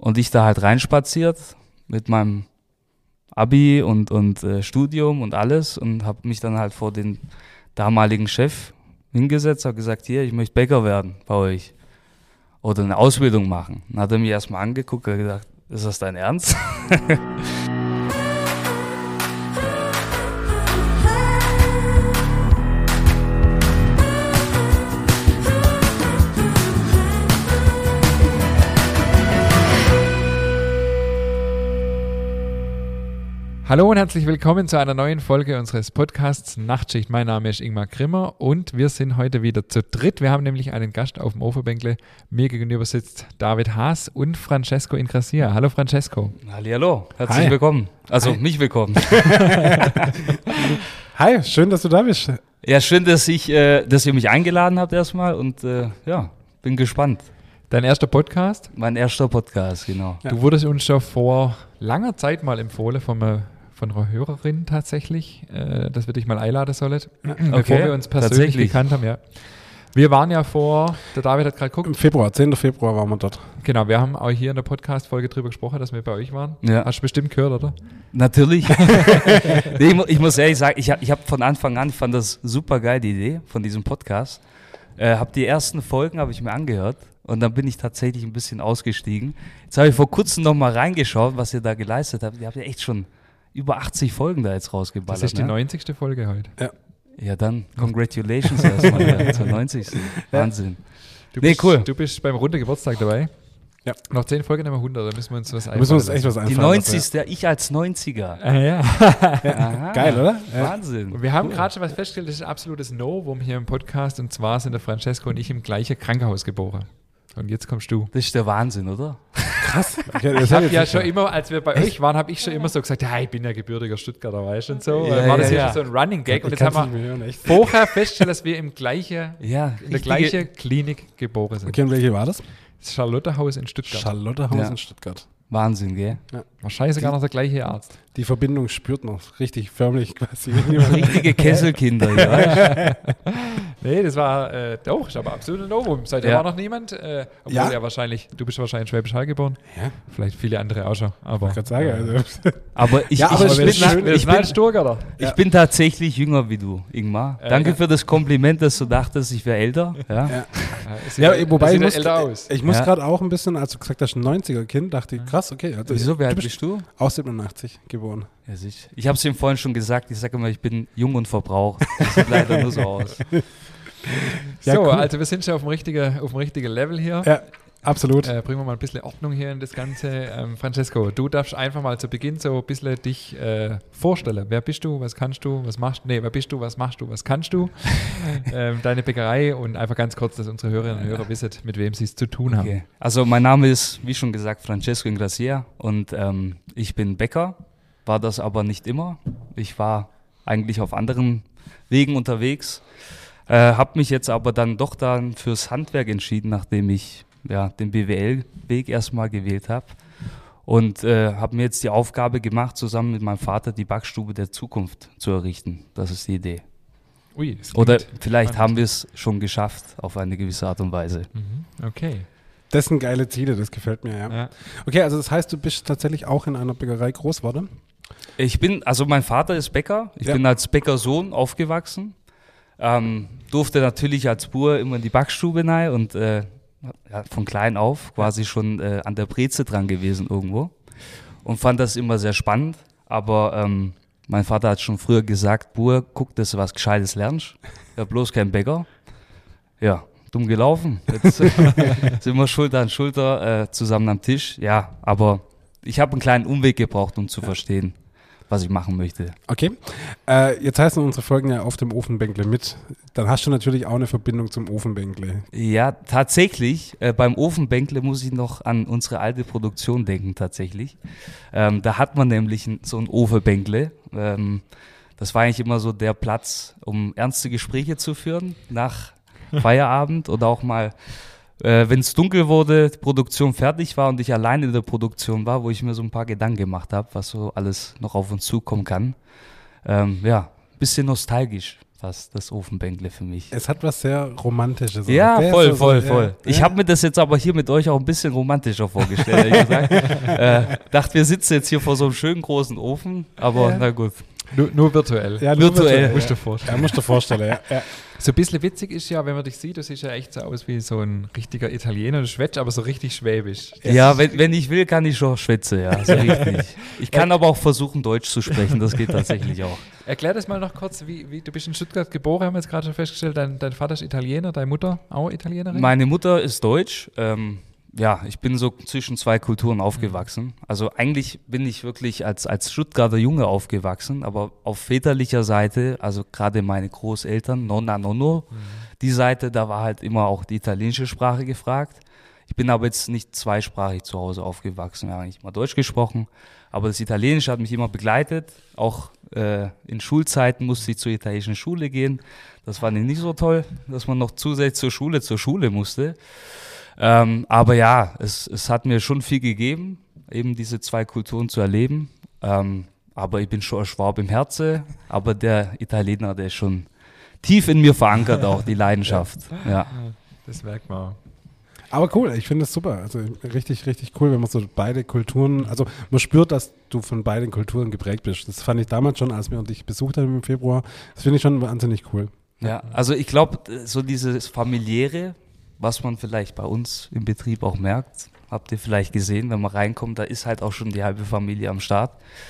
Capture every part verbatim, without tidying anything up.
Und ich da halt reinspaziert mit meinem Abi und, und äh, Studium und alles und habe mich dann halt vor den damaligen Chef hingesetzt, habe gesagt, hier, ich möchte Bäcker werden bei euch oder eine Ausbildung machen. Dann hat er mich erstmal angeguckt und gesagt, ist das dein Ernst? Hallo und herzlich willkommen zu einer neuen Folge unseres Podcasts Nachtschicht. Mein Name ist Ingmar Grimmer und wir sind heute wieder zu dritt. Wir haben nämlich einen Gast auf dem Ofenbänkle. Mir gegenüber sitzt David Haas und Francesco Ingrassia. Hallo Francesco. Hallihallo, herzlich Hi. willkommen. Also Hi. nicht willkommen. Hi, schön, dass du da bist. Ja, schön, dass, ich, äh, dass ihr mich eingeladen habt erstmal und äh, ja, bin gespannt. Dein erster Podcast? Mein erster Podcast, genau. Ja. Du wurdest uns schon vor langer Zeit mal empfohlen von einer, von einer Hörerin tatsächlich, äh, dass wir dich mal einladen sollen, bevor wir uns persönlich tatsächlich. gekannt haben. Ja. Wir waren ja vor, der David hat gerade geguckt, Im Februar, zehnten Februar waren wir dort. genau, wir haben auch hier in der Podcast-Folge drüber gesprochen, dass wir bei euch waren. Ja. Hast du bestimmt gehört, oder? Natürlich. nee, ich, mu- ich muss ehrlich sagen, ich habe ich hab von Anfang an, ich fand das super geil, die Idee von diesem Podcast. Äh, habe die ersten Folgen habe ich mir angehört und dann bin ich tatsächlich ein bisschen ausgestiegen. Jetzt habe ich vor kurzem noch mal reingeschaut, was ihr da geleistet habt. Ihr habt ja echt schon über achtzig Folgen da jetzt rausgeballert. Das ist die ne? neunzigste Folge heute. Ja, dann congratulations erstmal ja, zur neunzigsten Wahnsinn. Du Nee, bist, cool. Du bist beim runden Geburtstag dabei. Ja. Noch zehn Folgen, dann haben wir hundert, da müssen wir uns was Da müssen wir uns einfallen echt was Die einfallen lassen, neunzigste Ich als neunziger. Ah, ja. Aha. Geil, oder? Ja. Wahnsinn. Und wir haben Cool. gerade schon was festgestellt, das ist ein absolutes Novum hier im Podcast, und zwar sind der Francesco und ich im gleichen Krankenhaus geboren. Und jetzt kommst du. Das ist der Wahnsinn, oder? Krass. Okay, das Ich habe jetzt ja nicht schon so. immer, als wir bei euch waren, habe ich schon immer so gesagt, ja, ich bin ja gebürtiger Stuttgarter, weißt du, und so. Ja, Ja, war das ja, ja ja. schon so ein Running Gag. Und Ich jetzt kann's haben nicht wir mehr hören, echt. vorher festgestellt, dass wir im gleichen, Ja, in der richtige- gleichen Klinik geboren sind. Okay, und welche war das? Das Charlottehaus in Stuttgart. Charlottehaus Ja. in Stuttgart. Wahnsinn, gell? Wahrscheinlich sogar noch der gleiche Arzt. Die Verbindung spürt noch richtig förmlich quasi. Richtige Kesselkinder, hier, weißt Nee, das war, äh, doch, ist aber absolut ein Novum. Seitdem Ja. war noch niemand. Äh, obwohl Ja. ja wahrscheinlich, du bist wahrscheinlich in Schwäbisch Hall geboren. Ja, Vielleicht viele andere auch schon. Aber, ich kann sagen. Also. Aber ich, Ja, aber ich, es bin, ist schön, ich, ich bin, bin Stuttgarter. ich bin tatsächlich jünger wie du, Ingmar. Äh, Danke ja. für das Kompliment, dass du dachtest, ich wäre älter. Ja. Ja. Ja, Ja, wobei ich muss, älter aus. ich muss Ja. gerade auch ein bisschen, als du gesagt hast, ein neunziger-Kind, dachte ich, krass, okay. Also Wieso, wie alt du bist du? Auch siebenundachtzig geboren. Ja, sicher. Ich habe es ihm vorhin schon gesagt, ich sage immer, ich bin jung und verbraucht. Das sieht leider nur so aus. Ja, so, cool. also wir sind schon auf dem richtigen, auf dem richtigen Level hier. Ja, absolut. Äh, bringen wir mal ein bisschen Ordnung hier in das Ganze. Ähm, Francesco, du darfst einfach mal zu Beginn so ein bisschen dich äh, vorstellen. Wer bist du, was kannst du, was machst du? Nee, wer bist du, was machst du, was kannst du? ähm, deine Bäckerei und einfach ganz kurz, dass unsere Hörerinnen und Hörer wissen, mit wem sie es zu tun haben. Okay. Also mein Name ist, wie schon gesagt, Francesco Ingrassia und ähm, ich bin Bäcker, war das aber nicht immer. Ich war eigentlich auf anderen Wegen unterwegs, äh, habe mich jetzt aber dann doch dann fürs Handwerk entschieden, nachdem ich ja, den B W L-Weg erstmal gewählt habe und äh, habe mir jetzt die Aufgabe gemacht, zusammen mit meinem Vater die Backstube der Zukunft zu errichten. Das ist die Idee. Ui, das klingt Oder vielleicht spannend. haben wir es schon geschafft auf eine gewisse Art und Weise. Mhm, okay. Das sind geile Ziele, das gefällt mir, ja. Ja. Okay, also das heißt, du bist tatsächlich auch in einer Bäckerei groß geworden? Ich bin, also mein Vater ist Bäcker. Ich Ja. bin als Bäckersohn aufgewachsen. Ähm, durfte natürlich als Bub immer in die Backstube rein und äh, ja, von klein auf quasi schon äh, an der Breze dran gewesen irgendwo. Und fand das immer sehr spannend. Aber ähm, mein Vater hat schon früher gesagt, Bub, guck, dass du was Gescheites lernst. Ja, bloß kein Bäcker. Ja, dumm gelaufen. Jetzt äh, sind wir Schulter an Schulter äh, zusammen am Tisch. Ja, aber ich habe einen kleinen Umweg gebraucht, um zu verstehen, was ich machen möchte. Okay. Äh, jetzt heißen unsere Folgen ja auf dem Ofenbänkle mit. Dann hast du natürlich auch eine Verbindung zum Ofenbänkle. Ja, tatsächlich. Äh, beim Ofenbänkle muss ich noch an unsere alte Produktion denken, tatsächlich. Ähm, da hat man nämlich ein, so ein Ofenbänkle. Ähm, das war eigentlich immer so der Platz, um ernste Gespräche zu führen nach Feierabend oder auch mal, äh, wenn es dunkel wurde, die Produktion fertig war und ich allein in der Produktion war, wo ich mir so ein paar Gedanken gemacht habe, was so alles noch auf uns zukommen kann. Ähm, ja, bisschen nostalgisch. fast das Ofenbänkle für mich. Es hat was sehr Romantisches. Ja, sehr, voll, so, voll, so, voll. ja, Ich ja. habe mir das jetzt aber hier mit euch auch ein bisschen romantischer vorgestellt, ehrlich gesagt. äh, dachte, wir sitzen jetzt hier vor so einem schönen großen Ofen, aber Ja. na gut. Nur, nur virtuell. Ja, nur Virtuell. Musst du Ja, vorstellen. ja, musst du dir vorstellen, ja. ja. So ein bisschen witzig ist ja, wenn man dich sieht, du siehst ja echt so aus wie so ein richtiger Italiener. Du schwätzt aber so richtig schwäbisch. Ja, wenn, wenn ich will, kann ich schon schwätzen, ja, so richtig. Ich kann aber auch versuchen, Deutsch zu sprechen, das geht tatsächlich auch. Erklär das mal noch kurz, wie, wie du bist in Stuttgart geboren, haben wir jetzt gerade schon festgestellt. Dein, dein Vater ist Italiener, deine Mutter auch Italienerin? Meine Mutter ist deutsch. Ähm, ja, ich bin so zwischen zwei Kulturen aufgewachsen. Also eigentlich bin ich wirklich als, als Stuttgarter Junge aufgewachsen, aber auf väterlicher Seite, also gerade meine Großeltern, Nonna, Nonno, Mhm. die Seite, da war halt immer auch die italienische Sprache gefragt. Ich bin aber jetzt nicht zweisprachig zu Hause aufgewachsen. Wir haben eigentlich immer Deutsch gesprochen, aber das Italienische hat mich immer begleitet. Auch äh, in Schulzeiten musste ich zur italienischen Schule gehen. Das fand ich nicht so toll, dass man noch zusätzlich zur Schule zur Schule musste. Ähm, aber ja, es, es hat mir schon viel gegeben, eben diese zwei Kulturen zu erleben. Ähm, aber ich bin schon ein Schwab im Herzen, aber der Italiener, der ist schon tief in mir verankert auch, die Leidenschaft. Ja. Das merkt man auch. Aber cool, ich finde das super. Also richtig, richtig cool, wenn man so beide Kulturen, also man spürt, dass du von beiden Kulturen geprägt bist. Das fand ich damals schon, als wir dich besucht haben im Februar. Das finde ich schon wahnsinnig cool. Ja, also ich glaube, so dieses familiäre, was man vielleicht bei uns im Betrieb auch merkt, habt ihr vielleicht gesehen, wenn man reinkommt, da ist halt auch schon die halbe Familie am Start.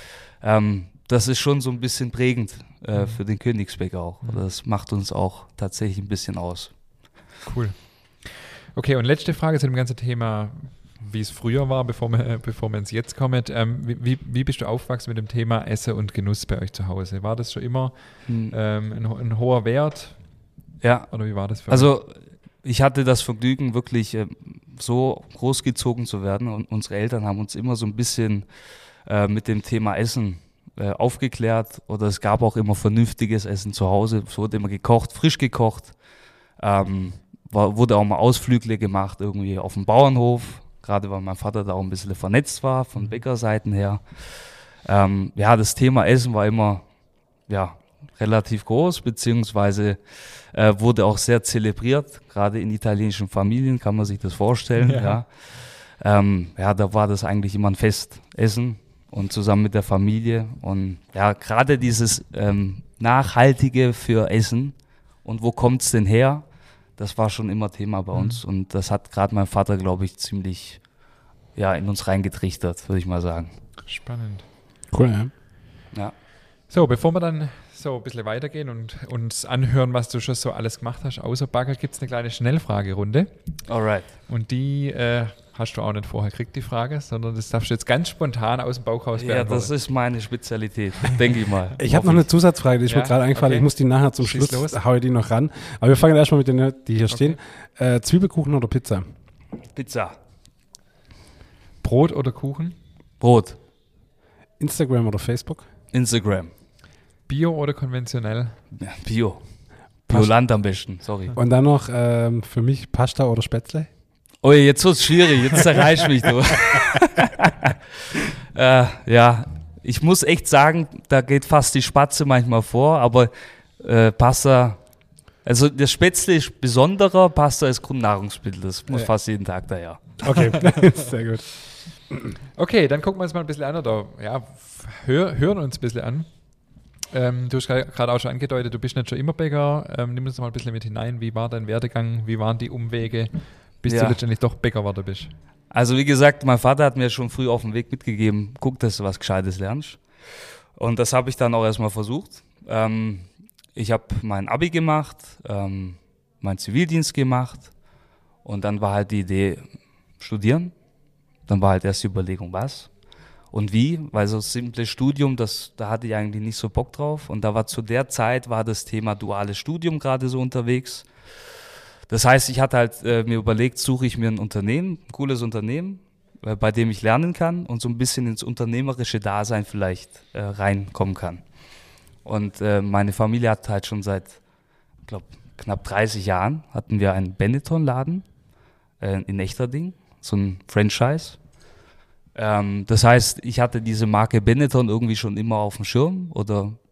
Ähm, das ist schon so ein bisschen prägend äh, für den Königsbäcker auch. Mhm. Das macht uns auch tatsächlich ein bisschen aus. Cool. Okay, und letzte Frage zu dem ganzen Thema, wie es früher war, bevor wir, bevor wir ins Jetzt kommen. Ähm, wie, wie bist du aufgewachsen mit dem Thema Essen und Genuss bei euch zu Hause? War das schon immer Hm. ähm, ein, ho- ein hoher Wert Ja, oder wie war das für euch? also ich hatte das Vergnügen, wirklich äh, so großgezogen zu werden und unsere Eltern haben uns immer so ein bisschen äh, mit dem Thema Essen äh, aufgeklärt oder es gab auch immer vernünftiges Essen zu Hause. Es wurde immer gekocht, frisch gekocht. Ähm, war, wurde auch mal Ausflügle gemacht, irgendwie auf dem Bauernhof, gerade weil mein Vater da auch ein bisschen vernetzt war, von Bäckerseiten her. Ähm, ja, das Thema Essen war immer, ja, relativ groß, beziehungsweise äh, wurde auch sehr zelebriert, gerade in italienischen Familien, kann man sich das vorstellen. Ja. Ja, ähm, ja da war das eigentlich immer ein Fest, Essen und zusammen mit der Familie und ja, gerade dieses ähm, Nachhaltige für Essen und wo kommt's denn her, das war schon immer Thema bei uns und das hat gerade mein Vater, glaube ich, ziemlich ja, in uns reingetrichtert, würde ich mal sagen. Spannend. Cool, ja. Ja. So, bevor wir dann so ein bisschen weitergehen und uns anhören, was du schon so alles gemacht hast, außer Bagger, gibt es eine kleine Schnellfragerunde. Alright. Und die äh, hast du auch nicht vorher gekriegt, die Frage, sondern das darfst du jetzt ganz spontan aus dem Bauch raus Ja, beantworten. das ist meine Spezialität, denke ich mal. Ich habe noch eine Zusatzfrage, die ist Ja, mir gerade eingefallen. okay. Ich muss die nachher zum Schieß Schluss, los. hau ich die noch ran. Aber wir fangen erstmal mit denen, die hier Okay. stehen. Äh, Zwiebelkuchen oder Pizza? Pizza. Brot oder Kuchen? Brot. Instagram oder Facebook? Instagram. Bio oder konventionell? Ja, Bio. Bioland am besten, sorry. Und dann noch ähm, für mich Pasta oder Spätzle? Oh, jetzt wird's schwierig, jetzt zerreißt mich du. äh, ja, ich muss echt sagen, da geht fast die Spatze manchmal vor, aber äh, Pasta, also das Spätzle ist besonderer, Pasta ist Grundnahrungsmittel, das muss Ja. fast jeden Tag daher. Okay, sehr gut. Okay, dann gucken wir uns mal ein bisschen an oder ja, f- hör, hören uns ein bisschen an. Ähm, du hast gerade auch schon angedeutet, du bist nicht schon immer Bäcker. Ähm, nimm uns mal ein bisschen mit hinein. Wie war dein Werdegang? Wie waren die Umwege, bis Ja. du letztendlich doch Bäcker geworden bist? Also wie gesagt, mein Vater hat mir schon früh auf den Weg mitgegeben, guck, dass du was Gescheites lernst. Und das habe ich dann auch erstmal versucht. Ähm, ich habe mein Abi gemacht, ähm, meinen Zivildienst gemacht und dann war halt die Idee, studieren. Dann war halt erst die Überlegung, was und wie, weil so ein simples Studium, das, da hatte ich eigentlich nicht so Bock drauf. Und da war zu der Zeit, war das Thema duales Studium gerade so unterwegs. Das heißt, ich hatte halt äh, mir überlegt, suche ich mir ein Unternehmen, ein cooles Unternehmen, äh, bei dem ich lernen kann und so ein bisschen ins unternehmerische Dasein vielleicht äh, reinkommen kann. Und äh, meine Familie hat halt schon seit, ich glaube, knapp dreißig Jahren hatten wir einen Benetton-Laden äh, in Echterding, so ein Franchise. Ähm, das heißt, ich hatte diese Marke Benetton irgendwie schon immer auf dem Schirm oder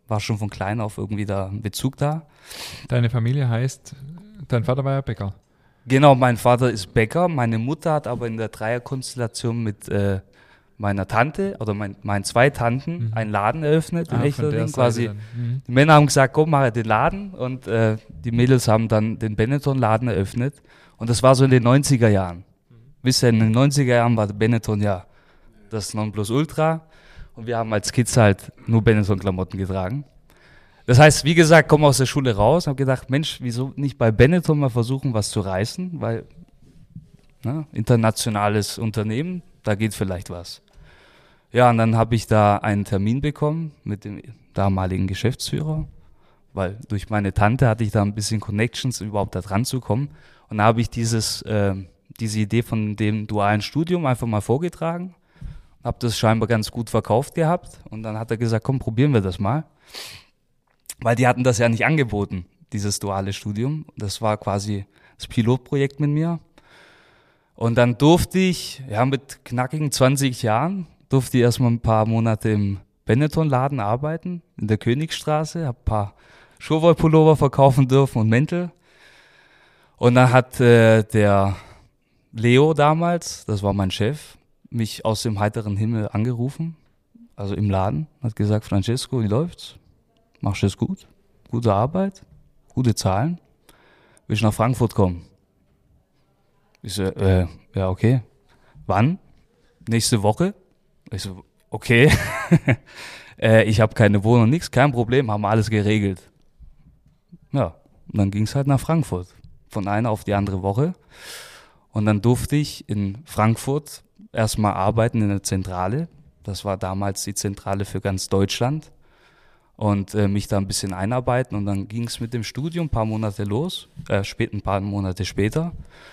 war schon von klein auf irgendwie da ein Bezug da. Deine Familie heißt, dein Vater war ja Bäcker. Genau, mein Vater ist Bäcker, meine Mutter hat aber in der Dreierkonstellation mit äh, meiner Tante oder mein, meinen zwei Tanten mhm. einen Laden eröffnet in ah, Echterding. Quasi. Mhm. Die Männer haben gesagt, komm, mach den Laden und äh, die Mädels haben dann den Benetton-Laden eröffnet und das war so in den neunziger Jahren. Mhm. Wisst ihr, in den neunziger Jahren war Benetton ja das Nonplusultra und wir haben als Kids halt nur Benetton-Klamotten getragen. Das heißt, wie gesagt, komme aus der Schule raus und habe gedacht, Mensch, wieso nicht bei Benetton mal versuchen, was zu reißen, weil ne, internationales Unternehmen, da geht vielleicht was. Ja, und dann habe ich da einen Termin bekommen mit dem damaligen Geschäftsführer, weil durch meine Tante hatte ich da ein bisschen Connections, überhaupt da dran zu kommen. Und da habe ich dieses, äh, diese Idee von dem dualen Studium einfach mal vorgetragen, habe das scheinbar ganz gut verkauft gehabt und dann hat er gesagt, komm, probieren wir das mal. Weil die hatten das ja nicht angeboten, dieses duale Studium. Das war quasi das Pilotprojekt mit mir. Und dann durfte ich, ja mit knackigen zwanzig Jahren, durfte ich erstmal ein paar Monate im Benetton-Laden arbeiten, in der Königstraße, habe ein paar Schurwoll-Pullover verkaufen dürfen und Mäntel. Und dann hat äh, der Leo damals, das war mein Chef, mich aus dem heiteren Himmel angerufen, also im Laden, hat gesagt, Francesco, wie läuft's? Machst du es gut? Gute Arbeit? Gute Zahlen? Willst du nach Frankfurt kommen? Ich so, äh, ja, okay. Wann? Nächste Woche? Ich so, okay. äh, ich habe keine Wohnung, nichts, kein Problem, haben wir alles geregelt. Ja, und dann ging es halt nach Frankfurt. Von einer auf die andere Woche. Und dann durfte ich in Frankfurt erstmal arbeiten in der Zentrale. Das war damals die Zentrale für ganz Deutschland. Und äh, mich da ein bisschen einarbeiten. Und dann ging es mit dem Studium ein paar Monate los, äh, spät, ein paar Monate später.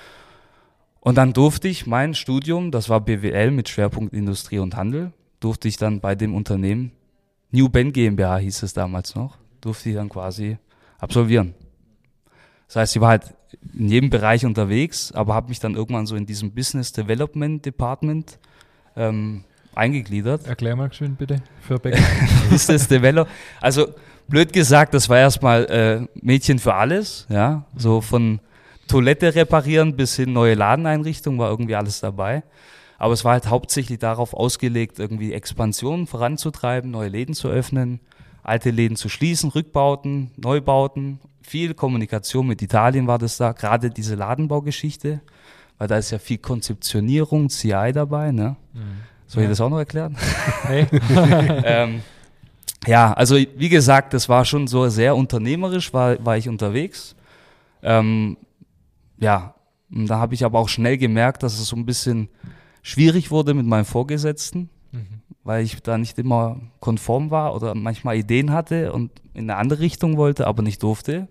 Und dann durfte ich mein Studium, das war B W L mit Schwerpunkt Industrie und Handel, durfte ich dann bei dem Unternehmen, New Ben GmbH hieß es damals noch, durfte ich dann quasi absolvieren. Das heißt, ich war halt in jedem Bereich unterwegs, aber habe mich dann irgendwann so in diesem Business Development Department ähm, eingegliedert. Erklär mal schön bitte für Bäcker. Business Development, also blöd gesagt, das war erstmal äh, Mädchen für alles, ja, so von Toilette reparieren bis hin neue Ladeneinrichtung war irgendwie alles dabei. Aber es war halt hauptsächlich darauf ausgelegt, irgendwie Expansionen voranzutreiben, neue Läden zu öffnen, alte Läden zu schließen, Rückbauten, Neubauten. Viel Kommunikation mit Italien war das da, gerade diese Ladenbaugeschichte, weil da ist ja viel Konzeptionierung, C I dabei. Ne? Mhm. Soll ich ja. das auch noch erklären? Hey. ähm, ja, also wie gesagt, das war schon so sehr unternehmerisch, war, war ich unterwegs. Ähm, Ja, und da habe ich aber auch schnell gemerkt, dass es so ein bisschen schwierig wurde mit meinem Vorgesetzten, mhm. weil ich da nicht immer konform war oder manchmal Ideen hatte und in eine andere Richtung wollte, aber nicht durfte.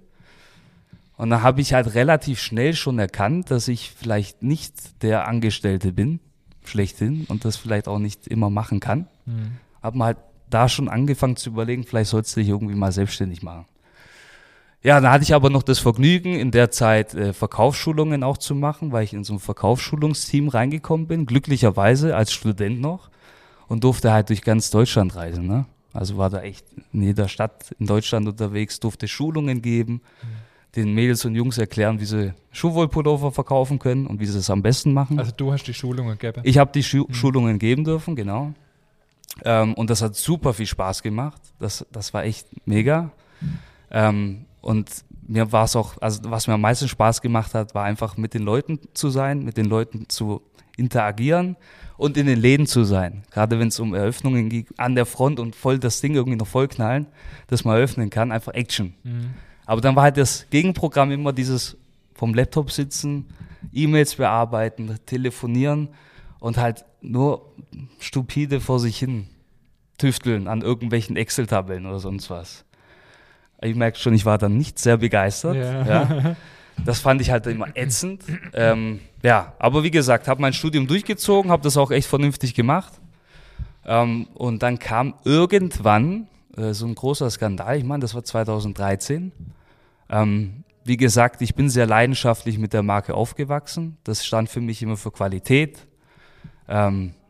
Und dann habe ich halt relativ schnell schon erkannt, dass ich vielleicht nicht der Angestellte bin, schlechthin, und das vielleicht auch nicht immer machen kann. Mhm. Habe mal halt da schon angefangen zu überlegen, vielleicht sollst du dich irgendwie mal selbstständig machen. Ja, dann hatte ich aber noch das Vergnügen, in der Zeit äh, Verkaufsschulungen auch zu machen, weil ich in so ein Verkaufsschulungsteam reingekommen bin, glücklicherweise als Student noch, und durfte halt durch ganz Deutschland reisen. Ne? Also war da echt in jeder Stadt in Deutschland unterwegs, durfte Schulungen geben, mhm. den Mädels und Jungs erklären, wie sie Schuhwollpullover verkaufen können und wie sie es am besten machen. Also du hast die Schulungen gegeben? Ich habe die Schu- mhm. Schulungen geben dürfen, genau. Ähm, und das hat super viel Spaß gemacht. Das, das war echt mega. Mhm. Ähm, Und mir war es auch, also was mir am meisten Spaß gemacht hat, war einfach mit den Leuten zu sein, mit den Leuten zu interagieren und in den Läden zu sein. Gerade wenn es um Eröffnungen ging, an der Front und voll das Ding irgendwie noch voll knallen, dass man eröffnen kann, einfach Action. Mhm. Aber dann war halt das Gegenprogramm immer dieses vom Laptop sitzen, E-Mails bearbeiten, telefonieren und halt nur stupide vor sich hin tüfteln an irgendwelchen Excel-Tabellen oder sonst was. Ich merke schon, ich war dann nicht sehr begeistert. Ja. Ja. Das fand ich halt immer ätzend. Ähm, ja, aber wie gesagt, habe mein Studium durchgezogen, habe das auch echt vernünftig gemacht. Ähm, und dann kam irgendwann äh, so ein großer Skandal. Ich meine, das war zweitausenddreizehn. Ähm, wie gesagt, ich bin sehr leidenschaftlich mit der Marke aufgewachsen. Das stand für mich immer für Qualität. Ähm,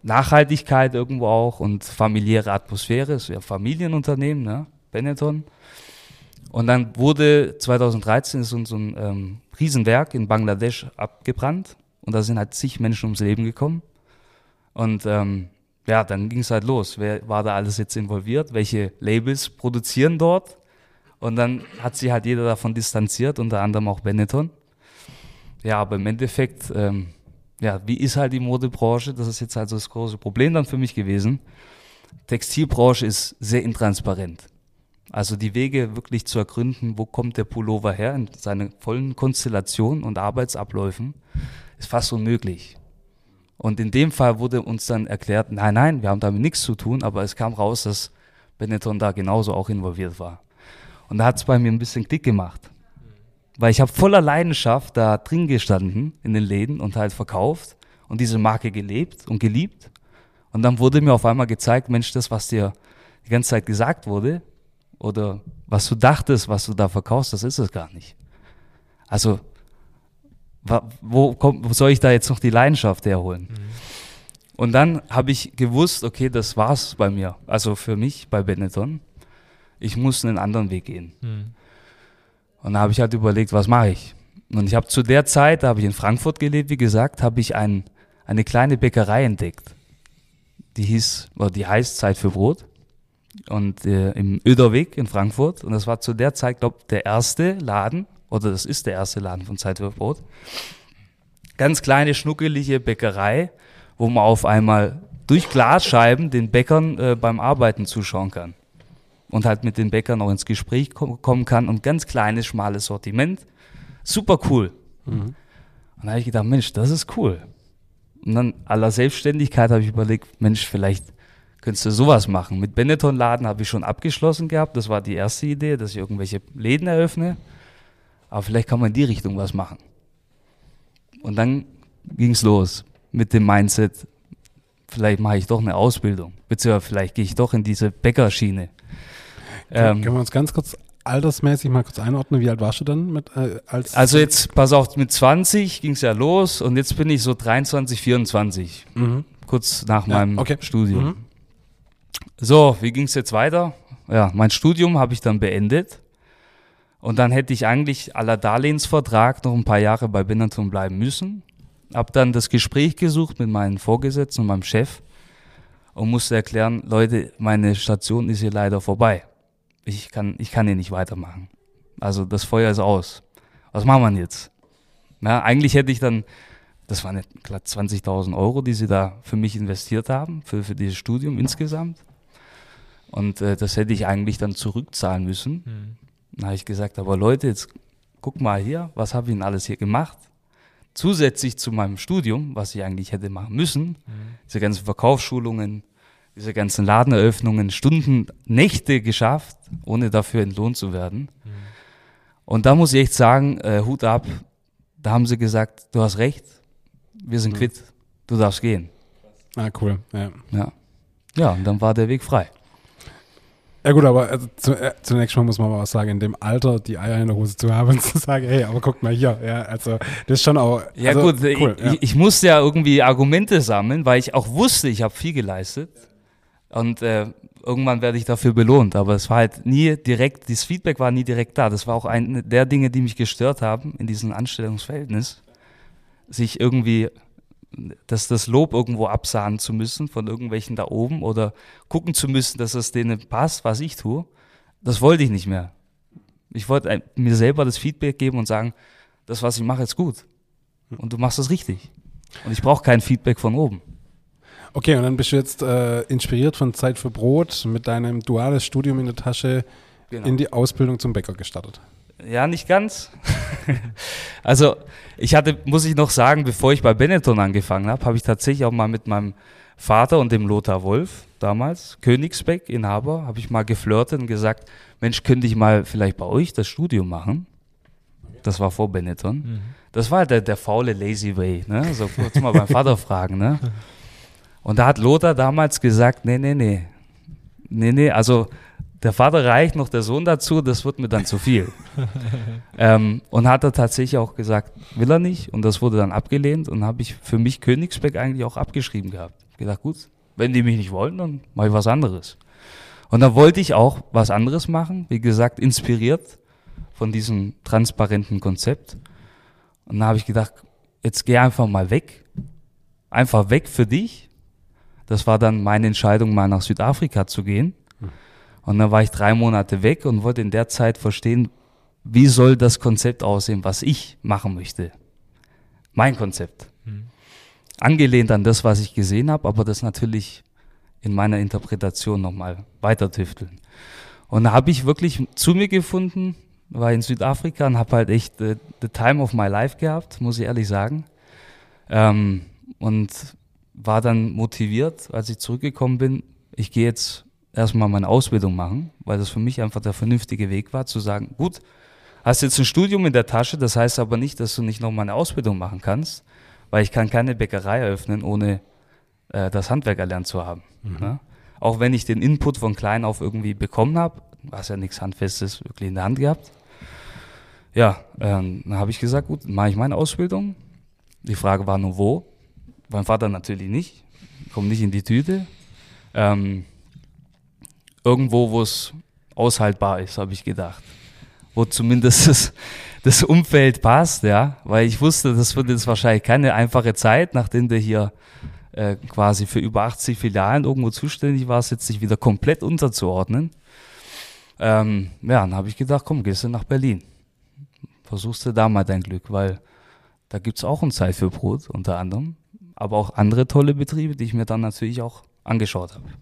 Nachhaltigkeit irgendwo auch und familiäre Atmosphäre, ist ja ein Familienunternehmen, ne? Benetton. Und dann wurde zweitausenddreizehn so, so ein ähm, Riesenwerk in Bangladesch abgebrannt und da sind halt zig Menschen ums Leben gekommen. Und ähm, ja, dann ging es halt los. Wer war da alles jetzt involviert? Welche Labels produzieren dort? Und dann hat sich halt jeder davon distanziert, unter anderem auch Benetton. Ja, aber im Endeffekt, ähm, ja, wie ist halt die Modebranche? Das ist jetzt halt so das große Problem dann für mich gewesen. Textilbranche ist sehr intransparent. Also die Wege wirklich zu ergründen, wo kommt der Pullover her in seiner vollen Konstellation und Arbeitsabläufen, ist fast unmöglich. Und in dem Fall wurde uns dann erklärt, nein, nein, wir haben damit nichts zu tun, aber es kam raus, dass Benetton da genauso auch involviert war. Und da hat es bei mir ein bisschen Klick gemacht. Weil ich habe voller Leidenschaft da drin gestanden in den Läden und halt verkauft und diese Marke gelebt und geliebt. Und dann wurde mir auf einmal gezeigt, Mensch, das, was dir die ganze Zeit gesagt wurde oder was du dachtest, was du da verkaufst, das ist es gar nicht. Also Wo, kommt, wo soll ich da jetzt noch die Leidenschaft herholen? Mhm. Und dann habe ich gewusst, okay, das war's bei mir, also für mich bei Benetton. Ich muss einen anderen Weg gehen. Mhm. Und da habe ich halt überlegt, was mache ich? Und ich habe zu der Zeit, da habe ich in Frankfurt gelebt, wie gesagt, habe ich ein, eine kleine Bäckerei entdeckt. Die hieß, oder die heißt Zeit für Brot. Und äh, im Oederweg in Frankfurt. Und das war zu der Zeit, glaube ich, der erste Laden, oder das ist der erste Laden von Zeit für Brot. Ganz kleine, schnuckelige Bäckerei, wo man auf einmal durch Glasscheiben den Bäckern äh, beim Arbeiten zuschauen kann. Und halt mit den Bäckern auch ins Gespräch kom- kommen kann. Und ganz kleines, schmales Sortiment. Super cool. Mhm. Und da habe ich gedacht, Mensch, das ist cool. Und dann aller Selbstständigkeit habe ich überlegt, Mensch, vielleicht könntest du sowas machen. Mit Benetton-Laden habe ich schon abgeschlossen gehabt. Das war die erste Idee, dass ich irgendwelche Läden eröffne. Aber vielleicht kann man in die Richtung was machen. Und dann ging es los mit dem Mindset, vielleicht mache ich doch eine Ausbildung, beziehungsweise vielleicht gehe ich doch in diese Bäckerschiene. Ähm, Können wir uns ganz kurz altersmäßig mal kurz einordnen? Wie alt warst du dann? Mit, äh, als also jetzt, pass auf, mit zwanzig ging es ja los und jetzt bin ich so dreiundzwanzig, vierundzwanzig, mhm. kurz nach ja, meinem okay. Studium. Mhm. So, wie ging es jetzt weiter? Ja, mein Studium habe ich dann beendet. Und dann hätte ich eigentlich à la Darlehensvertrag noch ein paar Jahre bei Benetton bleiben müssen. Hab dann das Gespräch gesucht mit meinen Vorgesetzten und meinem Chef und musste erklären, Leute, meine Station ist hier leider vorbei. Ich kann, ich kann hier nicht weitermachen. Also das Feuer ist aus. Was machen wir jetzt? Ja, eigentlich hätte ich dann, das waren glatt zwanzigtausend Euro, die sie da für mich investiert haben, für, für dieses Studium insgesamt. Und äh, das hätte ich eigentlich dann zurückzahlen müssen. Mhm. Dann habe ich gesagt, aber Leute, jetzt guck mal hier, was habe ich denn alles hier gemacht? Zusätzlich zu meinem Studium, was ich eigentlich hätte machen müssen, mhm. diese ganzen Verkaufsschulungen, diese ganzen Ladeneröffnungen, Stunden, Nächte geschafft, ohne dafür entlohnt zu werden. Mhm. Und da muss ich echt sagen, äh, Hut ab, da haben sie gesagt, du hast recht, wir sind mhm. quitt, du darfst gehen. Ah, cool. Ja. Ja. Ja, und dann war der Weg frei. Ja gut, aber also zu, äh, zunächst mal muss man mal was sagen, in dem Alter die Eier in der Hose zu haben und zu sagen, hey, aber guck mal hier, ja, also das ist schon auch Ja also, gut, cool, ich, ja. ich musste ja irgendwie Argumente sammeln, weil ich auch wusste, ich habe viel geleistet und äh, irgendwann werde ich dafür belohnt, aber es war halt nie direkt, das Feedback war nie direkt da, das war auch eine der Dinge, die mich gestört haben in diesem Anstellungsverhältnis, sich irgendwie dass das Lob irgendwo absahnen zu müssen von irgendwelchen da oben oder gucken zu müssen, dass es denen passt, was ich tue, das wollte ich nicht mehr. Ich wollte mir selber das Feedback geben und sagen, das, was ich mache, ist gut und du machst es richtig und ich brauche kein Feedback von oben. Okay, und dann bist du jetzt äh, inspiriert von Zeit für Brot mit deinem duales Studium in der Tasche genau. in die Ausbildung zum Bäcker gestartet. Ja, nicht ganz. Also ich hatte, muss ich noch sagen, bevor ich bei Benetton angefangen habe, habe ich tatsächlich auch mal mit meinem Vater und dem Lothar Wolf, damals Königsbeck, Inhaber, habe ich mal geflirtet und gesagt, Mensch, könnte ich mal vielleicht bei euch das Studium machen? Das war vor Benetton. Mhm. Das war halt der, der faule Lazy Way, ne? So kurz mal beim Vater fragen, ne? Und da hat Lothar damals gesagt, nee, nee, nee, nee, nee, also der Vater reicht noch der Sohn dazu, das wird mir dann zu viel. ähm, und hat er tatsächlich auch gesagt, will er nicht. Und das wurde dann abgelehnt und habe ich für mich Königsbeck eigentlich auch abgeschrieben gehabt. gedacht, gut, wenn die mich nicht wollen, dann mache ich was anderes. Und dann wollte ich auch was anderes machen, wie gesagt, inspiriert von diesem transparenten Konzept. Und dann habe ich gedacht, jetzt geh einfach mal weg. Einfach weg für dich. Das war dann meine Entscheidung, mal nach Südafrika zu gehen. Und dann war ich drei Monate weg und wollte in der Zeit verstehen, wie soll das Konzept aussehen, was ich machen möchte. Mein Konzept. Mhm. Angelehnt an das, was ich gesehen habe, aber das natürlich in meiner Interpretation nochmal weiter tüfteln. Und da habe ich wirklich zu mir gefunden, war in Südafrika und habe halt echt the, the time of my life gehabt, muss ich ehrlich sagen. Ähm, und war dann motiviert, als ich zurückgekommen bin, ich gehe jetzt erstmal meine Ausbildung machen, weil das für mich einfach der vernünftige Weg war, zu sagen, gut, hast jetzt ein Studium in der Tasche, das heißt aber nicht, dass du nicht noch mal eine Ausbildung machen kannst, weil ich kann keine Bäckerei eröffnen, ohne äh, das Handwerk erlernt zu haben. Mhm. Ne? Auch wenn ich den Input von klein auf irgendwie bekommen habe, hast ja nichts Handfestes wirklich in der Hand gehabt. Ja, ähm, dann habe ich gesagt, gut, mache ich meine Ausbildung. Die Frage war nur, wo? Mein Vater natürlich nicht, kommt nicht in die Tüte. Ähm, irgendwo, wo es aushaltbar ist, habe ich gedacht. Wo zumindest das, das Umfeld passt, ja, weil ich wusste, das wird jetzt wahrscheinlich keine einfache Zeit, nachdem du hier äh, quasi für über achtzig Filialen irgendwo zuständig warst, jetzt sich wieder komplett unterzuordnen. Ähm, ja, dann habe ich gedacht, komm, gehst du nach Berlin. Versuchst du da mal dein Glück, weil da gibt es auch ein Zeit für Brot, unter anderem, aber auch andere tolle Betriebe, die ich mir dann natürlich auch angeschaut habe.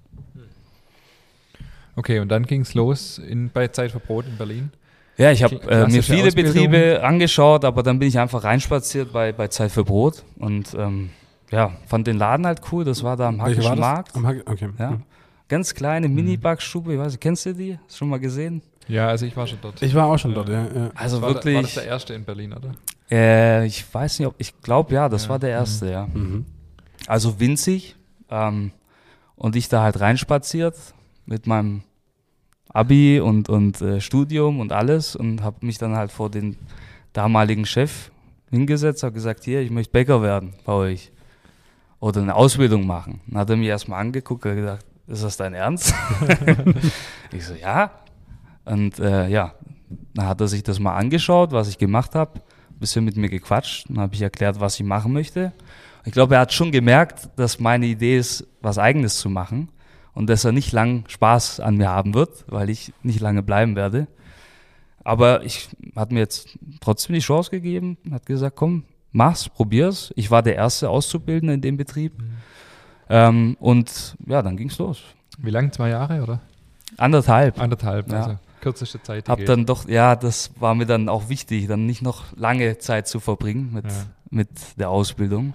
Okay, und dann ging es los in, bei Zeit für Brot in Berlin? Ja, ich habe äh, mir viele Ausbildung. Betriebe angeschaut, aber dann bin ich einfach reinspaziert bei, bei Zeit für Brot und ähm, ja, fand den Laden halt cool. Das war da am Hackischen Markt. Am Hack- okay. Ja. Mhm. Ganz kleine Mini-Backstube, ich weiß nicht, kennst du die? Hast du schon mal gesehen? Ja, also ich war schon dort. Ich war auch schon dort, ja. ja. Also war wirklich. Da, war das der erste in Berlin, oder? Äh, ich weiß nicht, ob, ich glaube ja, das Ja. war der erste, mhm. ja. Mhm. Also winzig ähm, und ich da halt reinspaziert mit meinem Abi und, und äh, Studium und alles und habe mich dann halt vor den damaligen Chef hingesetzt, habe gesagt, hier, ich möchte Bäcker werden bei euch oder eine Ausbildung machen. Dann hat er mich erstmal angeguckt und gesagt, ist das dein Ernst? Ich so, ja. Und äh, ja, dann hat er sich das mal angeschaut, was ich gemacht habe, ein bisschen mit mir gequatscht, dann habe ich erklärt, was ich machen möchte. Ich glaube, er hat schon gemerkt, dass meine Idee ist, was Eigenes zu machen. Und dass er nicht lang Spaß an mir haben wird, weil ich nicht lange bleiben werde. Aber ich hat mir jetzt trotzdem die Chance gegeben, hat gesagt, komm, mach's, probier's. Ich war der erste Auszubildende in dem Betrieb. Mhm. Ähm, und ja, dann ging's los. Wie lang? Zwei Jahre, oder? Anderthalb. Anderthalb, Ja. also kürzeste Zeit. Die Hab geht. dann doch, ja, das war mir dann auch wichtig, dann nicht noch lange Zeit zu verbringen mit, Ja. mit der Ausbildung.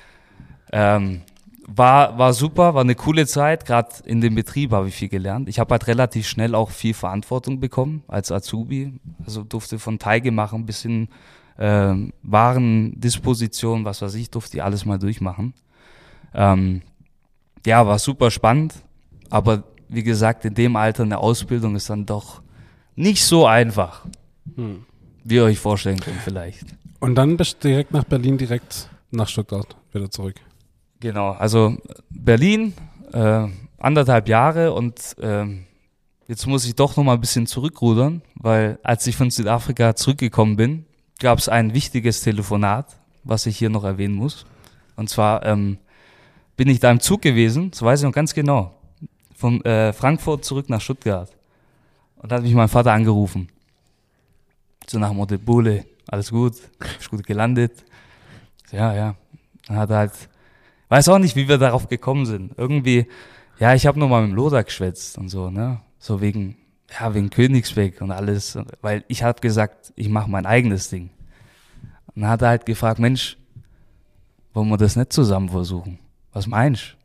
Ähm, War, war super, war eine coole Zeit, gerade in dem Betrieb habe ich viel gelernt. Ich habe halt relativ schnell auch viel Verantwortung bekommen als Azubi, also durfte von Teige machen bis hin äh, Warendisposition, was weiß ich, durfte ich alles mal durchmachen. Ähm, ja, war super spannend, aber wie gesagt, in dem Alter eine Ausbildung ist dann doch nicht so einfach, hm. wie ihr euch vorstellen könnt vielleicht. Und dann bist du direkt nach Berlin, direkt nach Stuttgart wieder zurück. Genau, also Berlin, äh, anderthalb Jahre und äh, jetzt muss ich doch noch mal ein bisschen zurückrudern, weil als ich von Südafrika zurückgekommen bin, gab es ein wichtiges Telefonat, was ich hier noch erwähnen muss. Und zwar ähm, bin ich da im Zug gewesen, das weiß ich noch ganz genau, von äh, Frankfurt zurück nach Stuttgart. Und da hat mich mein Vater angerufen. So nach dem Motto, Bule, alles gut, bist gut gelandet. So, ja, ja. Dann hat er halt weiß auch nicht, wie wir darauf gekommen sind. Irgendwie, ja, ich habe nur mal mit dem Lothar geschwätzt und so, ne? So wegen, ja, wegen Königsweg und alles. Weil ich habe gesagt, ich mache mein eigenes Ding. Und dann hat er halt gefragt, Mensch, wollen wir das nicht zusammen versuchen? Was meinst du?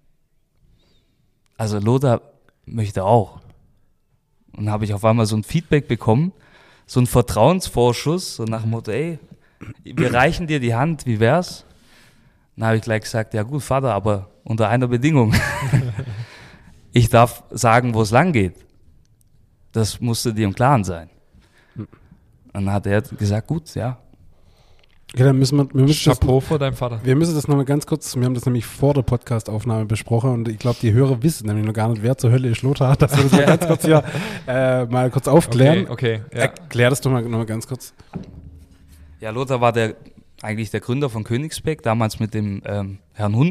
Also Lothar möchte auch. Und dann habe ich auf einmal so ein Feedback bekommen, so ein Vertrauensvorschuss, so nach dem Motto, ey, wir reichen dir die Hand, wie wär's? Dann habe ich gleich gesagt, ja gut, Vater, aber unter einer Bedingung. Ich darf sagen, wo es lang geht. Das musste dir im Klaren sein. Und dann hat er gesagt, gut, ja. Okay, dann müssen wir, wir müssen Chapeau das, vor deinem Vater. Wir müssen das nochmal ganz kurz, wir haben das nämlich vor der Podcast-Aufnahme besprochen und ich glaube, die Hörer wissen nämlich noch gar nicht, wer zur Hölle ist Lothar, dass wir das mal ganz kurz hier äh, mal kurz aufklären. Okay, okay. Ja. Erklär das doch mal nochmal ganz kurz. Ja, Lothar war der, eigentlich der Gründer von Königsbeck, damals mit dem ähm, Herrn Hun.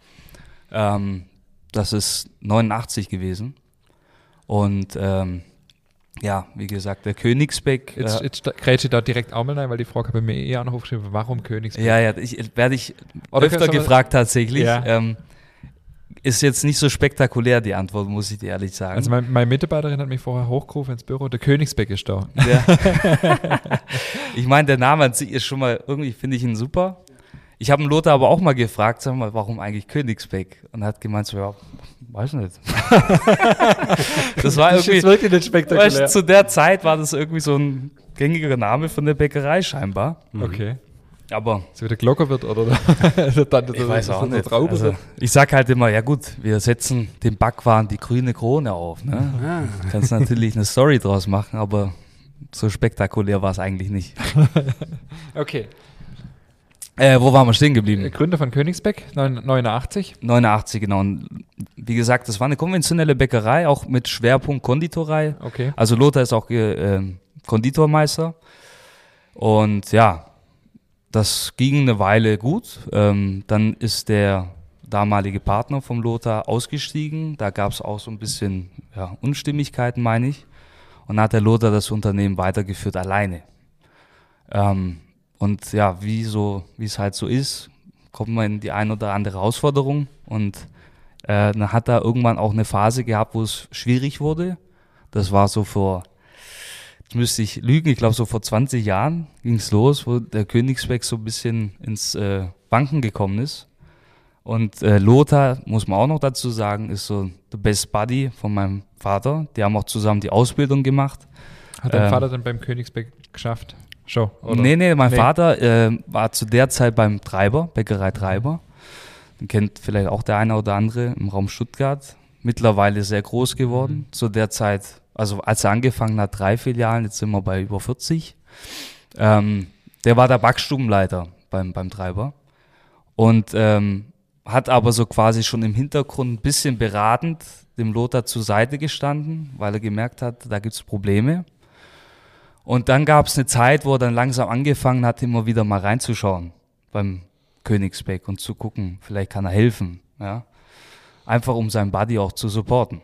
Ähm, das ist neunundachtzig gewesen. Und ähm, ja, wie gesagt, der Königsbeck. Jetzt, äh, jetzt grätsche ich da direkt auch mal rein, weil die Frage habe ich mir eh auch noch aufgeschrieben, warum Königsbeck? Ja, ja, ich werde ich Oder öfter kannst du- gefragt tatsächlich. Ja. Ähm, ist jetzt nicht so spektakulär, die Antwort, muss ich dir ehrlich sagen. Also mein, meine Mitarbeiterin hat mich vorher hochgerufen ins Büro, der Königsbeck ist da. Ja. Ich meine, der Name an sich ist schon mal, irgendwie finde ich ihn super. Ich habe den Lothar aber auch mal gefragt, sag mal, warum eigentlich Königsbeck? Und er hat gemeint, so, ja, weiß nicht. Das war Das ist irgendwie, jetzt wirklich nicht spektakulär. weißt, zu der Zeit war das irgendwie so ein gängiger Name von der Bäckerei scheinbar. Okay. Aber So wie der Glocker wird oder der Tante ich weiß auch nicht. Traube Also, wird. ich sag halt immer, ja gut, wir setzen dem Backwaren die grüne Krone auf. Ne? Ah. Kannst natürlich eine Story draus machen, aber so spektakulär war es eigentlich nicht. Okay. Äh, wo waren wir stehen geblieben? Gründer von Königsbeck, neun- neunundachtzig. neunundachtzig, genau. Und wie gesagt, das war eine konventionelle Bäckerei, auch mit Schwerpunkt Konditorei. Okay. Also Lothar ist auch äh, Konditormeister. Und ja, das ging eine Weile gut. Ähm, dann ist der damalige Partner vom Lothar ausgestiegen. Da gab es auch so ein bisschen ja, Unstimmigkeiten, meine ich. Und dann hat der Lothar das Unternehmen weitergeführt alleine. Ähm, und ja, wie so, wie es halt so ist, kommt man in die ein oder andere Herausforderung. Und äh, dann hat er irgendwann auch eine Phase gehabt, wo es schwierig wurde. Das war so vor, jetzt müsste ich lügen, ich glaube so vor zwanzig Jahren ging es los, wo der Königsbeck so ein bisschen ins äh, Wanken gekommen ist. Und äh, Lothar, muss man auch noch dazu sagen, ist so the best buddy von meinem Vater. Die haben auch zusammen die Ausbildung gemacht. Hat dein Ähm, Vater dann beim Königsbeck geschafft? Schon, oder? Nee, nee, mein Nee. Vater äh, war zu der Zeit beim Treiber, Bäckerei Treiber. Den kennt vielleicht auch der eine oder andere im Raum Stuttgart. Mittlerweile sehr groß geworden. Mhm. Zu der Zeit, also als er angefangen hat, drei Filialen, jetzt sind wir bei über vierzig. Ähm, der war der Backstubenleiter beim, beim Treiber. Und ähm, hat aber so quasi schon im Hintergrund ein bisschen beratend dem Lothar zur Seite gestanden, weil er gemerkt hat, da gibt es Probleme. Und dann gab es eine Zeit, wo er dann langsam angefangen hat, immer wieder mal reinzuschauen beim Königsbeck und zu gucken, vielleicht kann er helfen. Ja? Einfach um seinen Buddy auch zu supporten.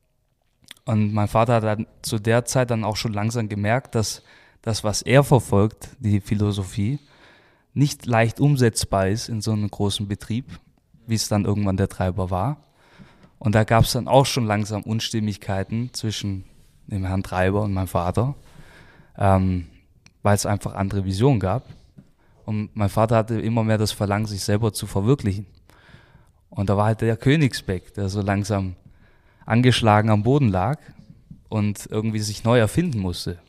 Und mein Vater hat dann zu der Zeit dann auch schon langsam gemerkt, dass das, was er verfolgt, die Philosophie, nicht leicht umsetzbar ist in so einem großen Betrieb, wie es dann irgendwann der Treiber war. Und da gab es dann auch schon langsam Unstimmigkeiten zwischen dem Herrn Treiber und meinem Vater. Ähm, weil es einfach andere Visionen gab. Und mein Vater hatte immer mehr das Verlangen, sich selber zu verwirklichen. Und da war halt der Königsbeck, der so langsam angeschlagen am Boden lag und irgendwie sich neu erfinden musste.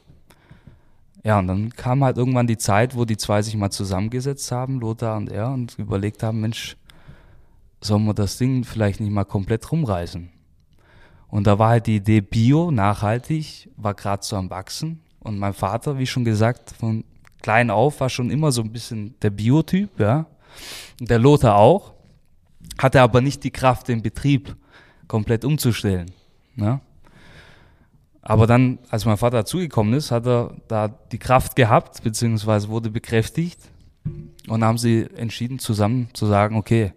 Ja, und dann kam halt irgendwann die Zeit, wo die zwei sich mal zusammengesetzt haben, Lothar und er, und überlegt haben, Mensch, sollen wir das Ding vielleicht nicht mal komplett rumreißen? Und da war halt die Idee Bio, nachhaltig, war gerade so am Wachsen. Und mein Vater, wie schon gesagt, von klein auf war schon immer so ein bisschen der Biotyp, ja. Und der Lothar auch, hatte aber nicht die Kraft, den Betrieb komplett umzustellen. Ne? Aber dann, als mein Vater dazugekommen ist, hat er da die Kraft gehabt, beziehungsweise wurde bekräftigt. Und haben sie entschieden, zusammen zu sagen, okay,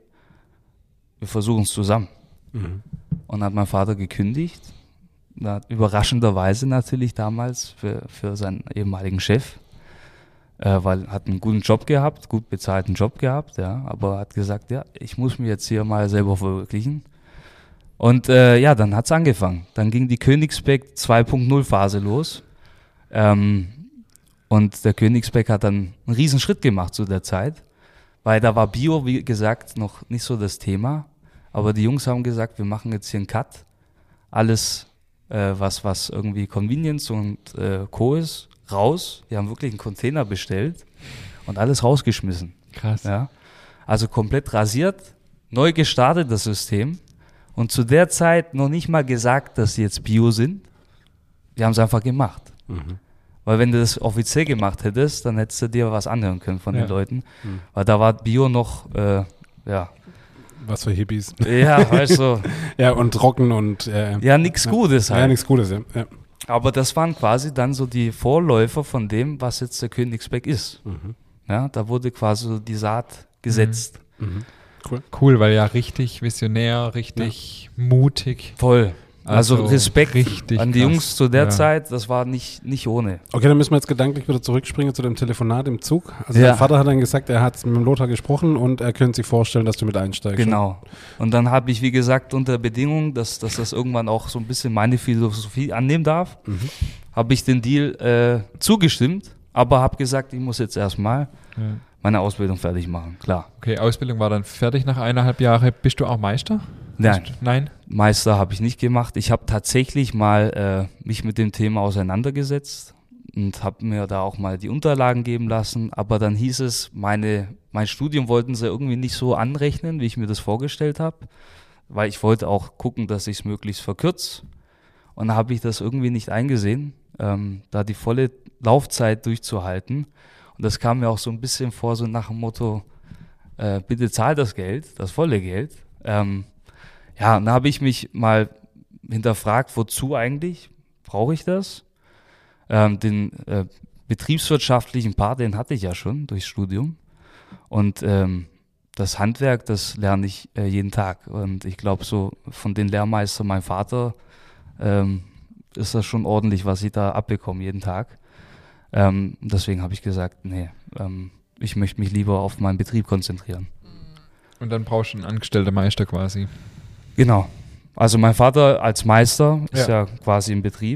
wir versuchen es zusammen. Mhm. Und hat mein Vater gekündigt. Na, überraschenderweise natürlich damals für, für seinen ehemaligen Chef, äh, weil hat einen guten Job gehabt, gut bezahlten Job gehabt, ja, aber hat gesagt, ja, ich muss mich jetzt hier mal selber verwirklichen. Und äh, ja, dann hat's angefangen. Dann ging die Königsbeck zwei Punkt null Phase los. Ähm, und der Königsbeck hat dann einen riesen Schritt gemacht zu der Zeit, weil da war Bio, wie gesagt, noch nicht so das Thema. Aber die Jungs haben gesagt, wir machen jetzt hier einen Cut. Alles Äh, was, was irgendwie Convenience und äh, Co. ist, raus. Wir haben wirklich einen Container bestellt und alles rausgeschmissen. Krass. Ja? Also komplett rasiert, neu gestartet das System und zu der Zeit noch nicht mal gesagt, dass sie jetzt Bio sind. Wir haben es einfach gemacht. Mhm. Weil wenn du das offiziell gemacht hättest, dann hättest du dir was anhören können von Ja. den Leuten. Hm. Weil da war Bio noch, äh, ja, Was für Hippies. ja, weißt du, Ja, und trocken und äh, ja, nichts Gutes ja, halt. nichts Gutes, ja. ja. Aber das waren quasi dann so die Vorläufer von dem, was jetzt der Königsberg ist. Mhm. Ja, da wurde quasi so die Saat gesetzt. Mhm. Cool. Cool, weil ja richtig visionär, richtig mutig. Voll. Also, Also Respekt richtig an die krass. Jungs zu der Ja. Zeit, das war nicht, nicht ohne. Okay, dann müssen wir jetzt gedanklich wieder zurückspringen zu dem Telefonat im Zug. Also Ja. dein Vater hat dann gesagt, er hat mit dem Lothar gesprochen und er könnte sich vorstellen, dass du mit einsteigst. Genau. Und dann habe ich, wie gesagt, unter Bedingung, dass, dass das irgendwann auch so ein bisschen meine Philosophie annehmen darf, Mhm. habe ich den Deal äh, zugestimmt, aber habe gesagt, ich muss jetzt erstmal Ja. meine Ausbildung fertig machen. Klar. Okay, Ausbildung war dann fertig nach eineinhalb Jahren. Bist du auch Meister? Nein, Bist du- Nein? Meister habe ich nicht gemacht. Ich habe tatsächlich mal äh, mich mit dem Thema auseinandergesetzt und habe mir da auch mal die Unterlagen geben lassen. Aber dann hieß es, meine, mein Studium wollten sie irgendwie nicht so anrechnen, wie ich mir das vorgestellt habe, weil ich wollte auch gucken, dass ich es möglichst verkürze. Und da habe ich das irgendwie nicht eingesehen, ähm, da die volle Laufzeit durchzuhalten. Und das kam mir auch so ein bisschen vor, so nach dem Motto, äh, bitte zahl das Geld, das volle Geld. Ähm, ja, und da habe ich mich mal hinterfragt, wozu eigentlich? Brauche ich das? Ähm, den äh, betriebswirtschaftlichen Part, den hatte ich ja schon durchs Studium. Und ähm, das Handwerk, das lerne ich äh, jeden Tag. Und ich glaube, so von den Lehrmeistern, mein Vater, ähm, ist das schon ordentlich, was ich da abbekomme jeden Tag. Ähm, deswegen habe ich gesagt, nee, ähm, ich möchte mich lieber auf meinen Betrieb konzentrieren. Und dann brauchst du einen angestellten Meister quasi. Genau. Also mein Vater als Meister ist Ja. ja, quasi im Betrieb.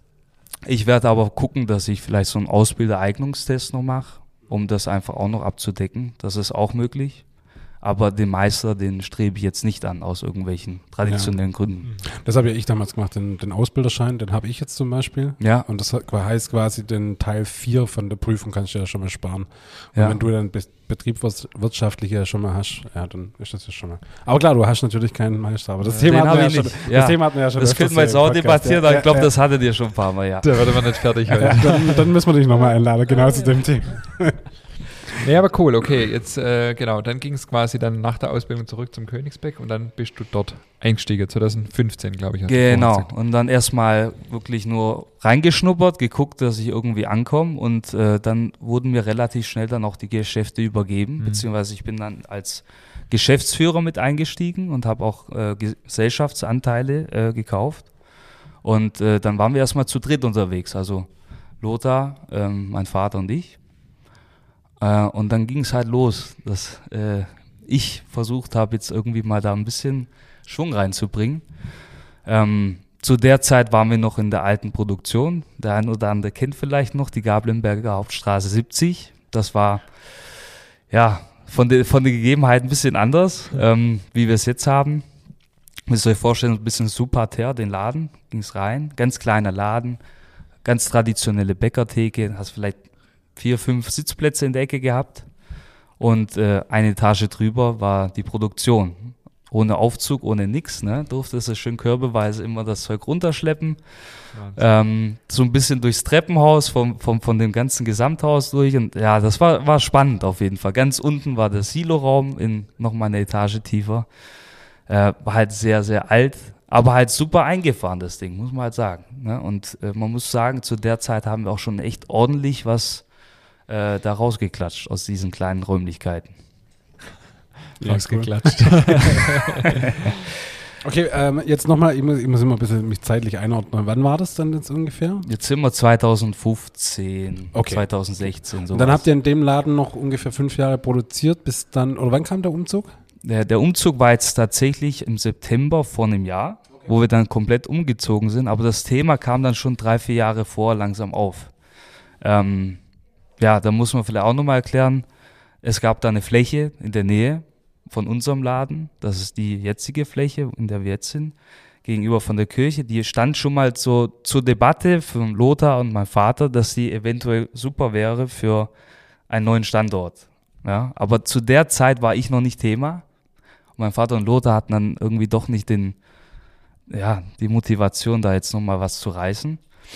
Ich werde aber gucken, dass ich vielleicht so einen Ausbildereignungstest noch mache, um das einfach auch noch abzudecken. Das ist auch möglich. Aber den Meister, den strebe ich jetzt nicht an, aus irgendwelchen traditionellen Gründen. Das habe ja ich damals gemacht, den, den Ausbilderschein, den habe ich jetzt zum Beispiel. Ja, Und das hat- heißt quasi, den Teil vier von der Prüfung kannst du ja schon mal sparen. Und ja. wenn du dann Be Betriebswirtschaftlich ja schon mal hast, ja, dann ist das ja schon mal. Aber klar, du hast natürlich keinen Meister. Aber das Den Thema hatten hab wir ja ich schon. nicht. Das Ja. Thema hatten wir ja schon. Das öfters könnten wir jetzt hier im auch Podcast. debattieren, Ja, aber ich glaube, ja, das hattet ihr schon ein paar Mal, ja. Der wird aber nicht fertig heute. ja, dann, dann müssen wir dich nochmal einladen, genau zu dem Thema. Ja, aber cool, okay, jetzt äh, genau, dann ging es quasi dann nach der Ausbildung zurück zum Königsberg und dann bist du dort eingestiegen, zwanzig fünfzehn, glaube ich. hast du vorhin Genau. gesagt. Und dann erstmal wirklich nur reingeschnuppert, geguckt, dass ich irgendwie ankomme. Und äh, dann wurden mir relativ schnell dann auch die Geschäfte übergeben, Mhm. beziehungsweise ich bin dann als Geschäftsführer mit eingestiegen und habe auch äh, Gesellschaftsanteile äh, gekauft. Und äh, dann waren wir erstmal zu dritt unterwegs, also Lothar, ähm, mein Vater und ich. Äh, und dann ging es halt los, dass äh, ich versucht habe, jetzt irgendwie mal da ein bisschen Schwung reinzubringen. Ähm, zu der Zeit waren wir noch in der alten Produktion. Der ein oder andere kennt vielleicht noch die Gablenberger Hauptstraße siebzig. Das war ja von, de, von den Gegebenheiten ein bisschen anders, ähm, wie wir es jetzt haben. Müsst ihr euch vorstellen, ein bisschen Superter, den Laden, ging es rein. Ganz kleiner Laden, ganz traditionelle Bäckertheke, hast vielleicht vier, fünf Sitzplätze in der Ecke gehabt. Und äh, eine Etage drüber war die Produktion. Ohne Aufzug, ohne nix, ne? Durftest du schön körbeweise immer das Zeug runterschleppen. Ähm, so ein bisschen durchs Treppenhaus, vom, vom, von dem ganzen Gesamthaus durch. Und ja, das war, war spannend auf jeden Fall. Ganz unten war der Siloraum, in nochmal eine Etage tiefer. Äh, war halt sehr, sehr alt, aber halt super eingefahren, das Ding, muss man halt sagen. Ne? Und äh, man muss sagen, zu der Zeit haben wir auch schon echt ordentlich was äh, da rausgeklatscht aus diesen kleinen Räumlichkeiten. Ja, Rausgeklatscht. Okay, ähm, jetzt nochmal, ich muss, ich muss immer ein bisschen mich zeitlich einordnen. Wann war das dann jetzt ungefähr? Jetzt sind wir zwanzig fünfzehn, Okay. zwanzig sechzehn. Und dann habt ihr in dem Laden noch ungefähr fünf Jahre produziert, bis dann, oder wann kam der Umzug? Der, der Umzug war jetzt tatsächlich im September vor einem Jahr, wo wir dann komplett umgezogen sind. Aber das Thema kam dann schon drei, vier Jahre vor langsam auf. Ähm, ja, da muss man vielleicht auch nochmal erklären, es gab da eine Fläche in der Nähe von unserem Laden. Das ist die jetzige Fläche, in der wir jetzt sind, gegenüber von der Kirche. Die stand schon mal so zur Debatte von Lothar und meinem Vater, dass sie eventuell super wäre für einen neuen Standort. Ja, aber zu der Zeit war ich noch nicht Thema. Und mein Vater und Lothar hatten dann irgendwie doch nicht den, ja, die Motivation, da jetzt nochmal was zu reißen.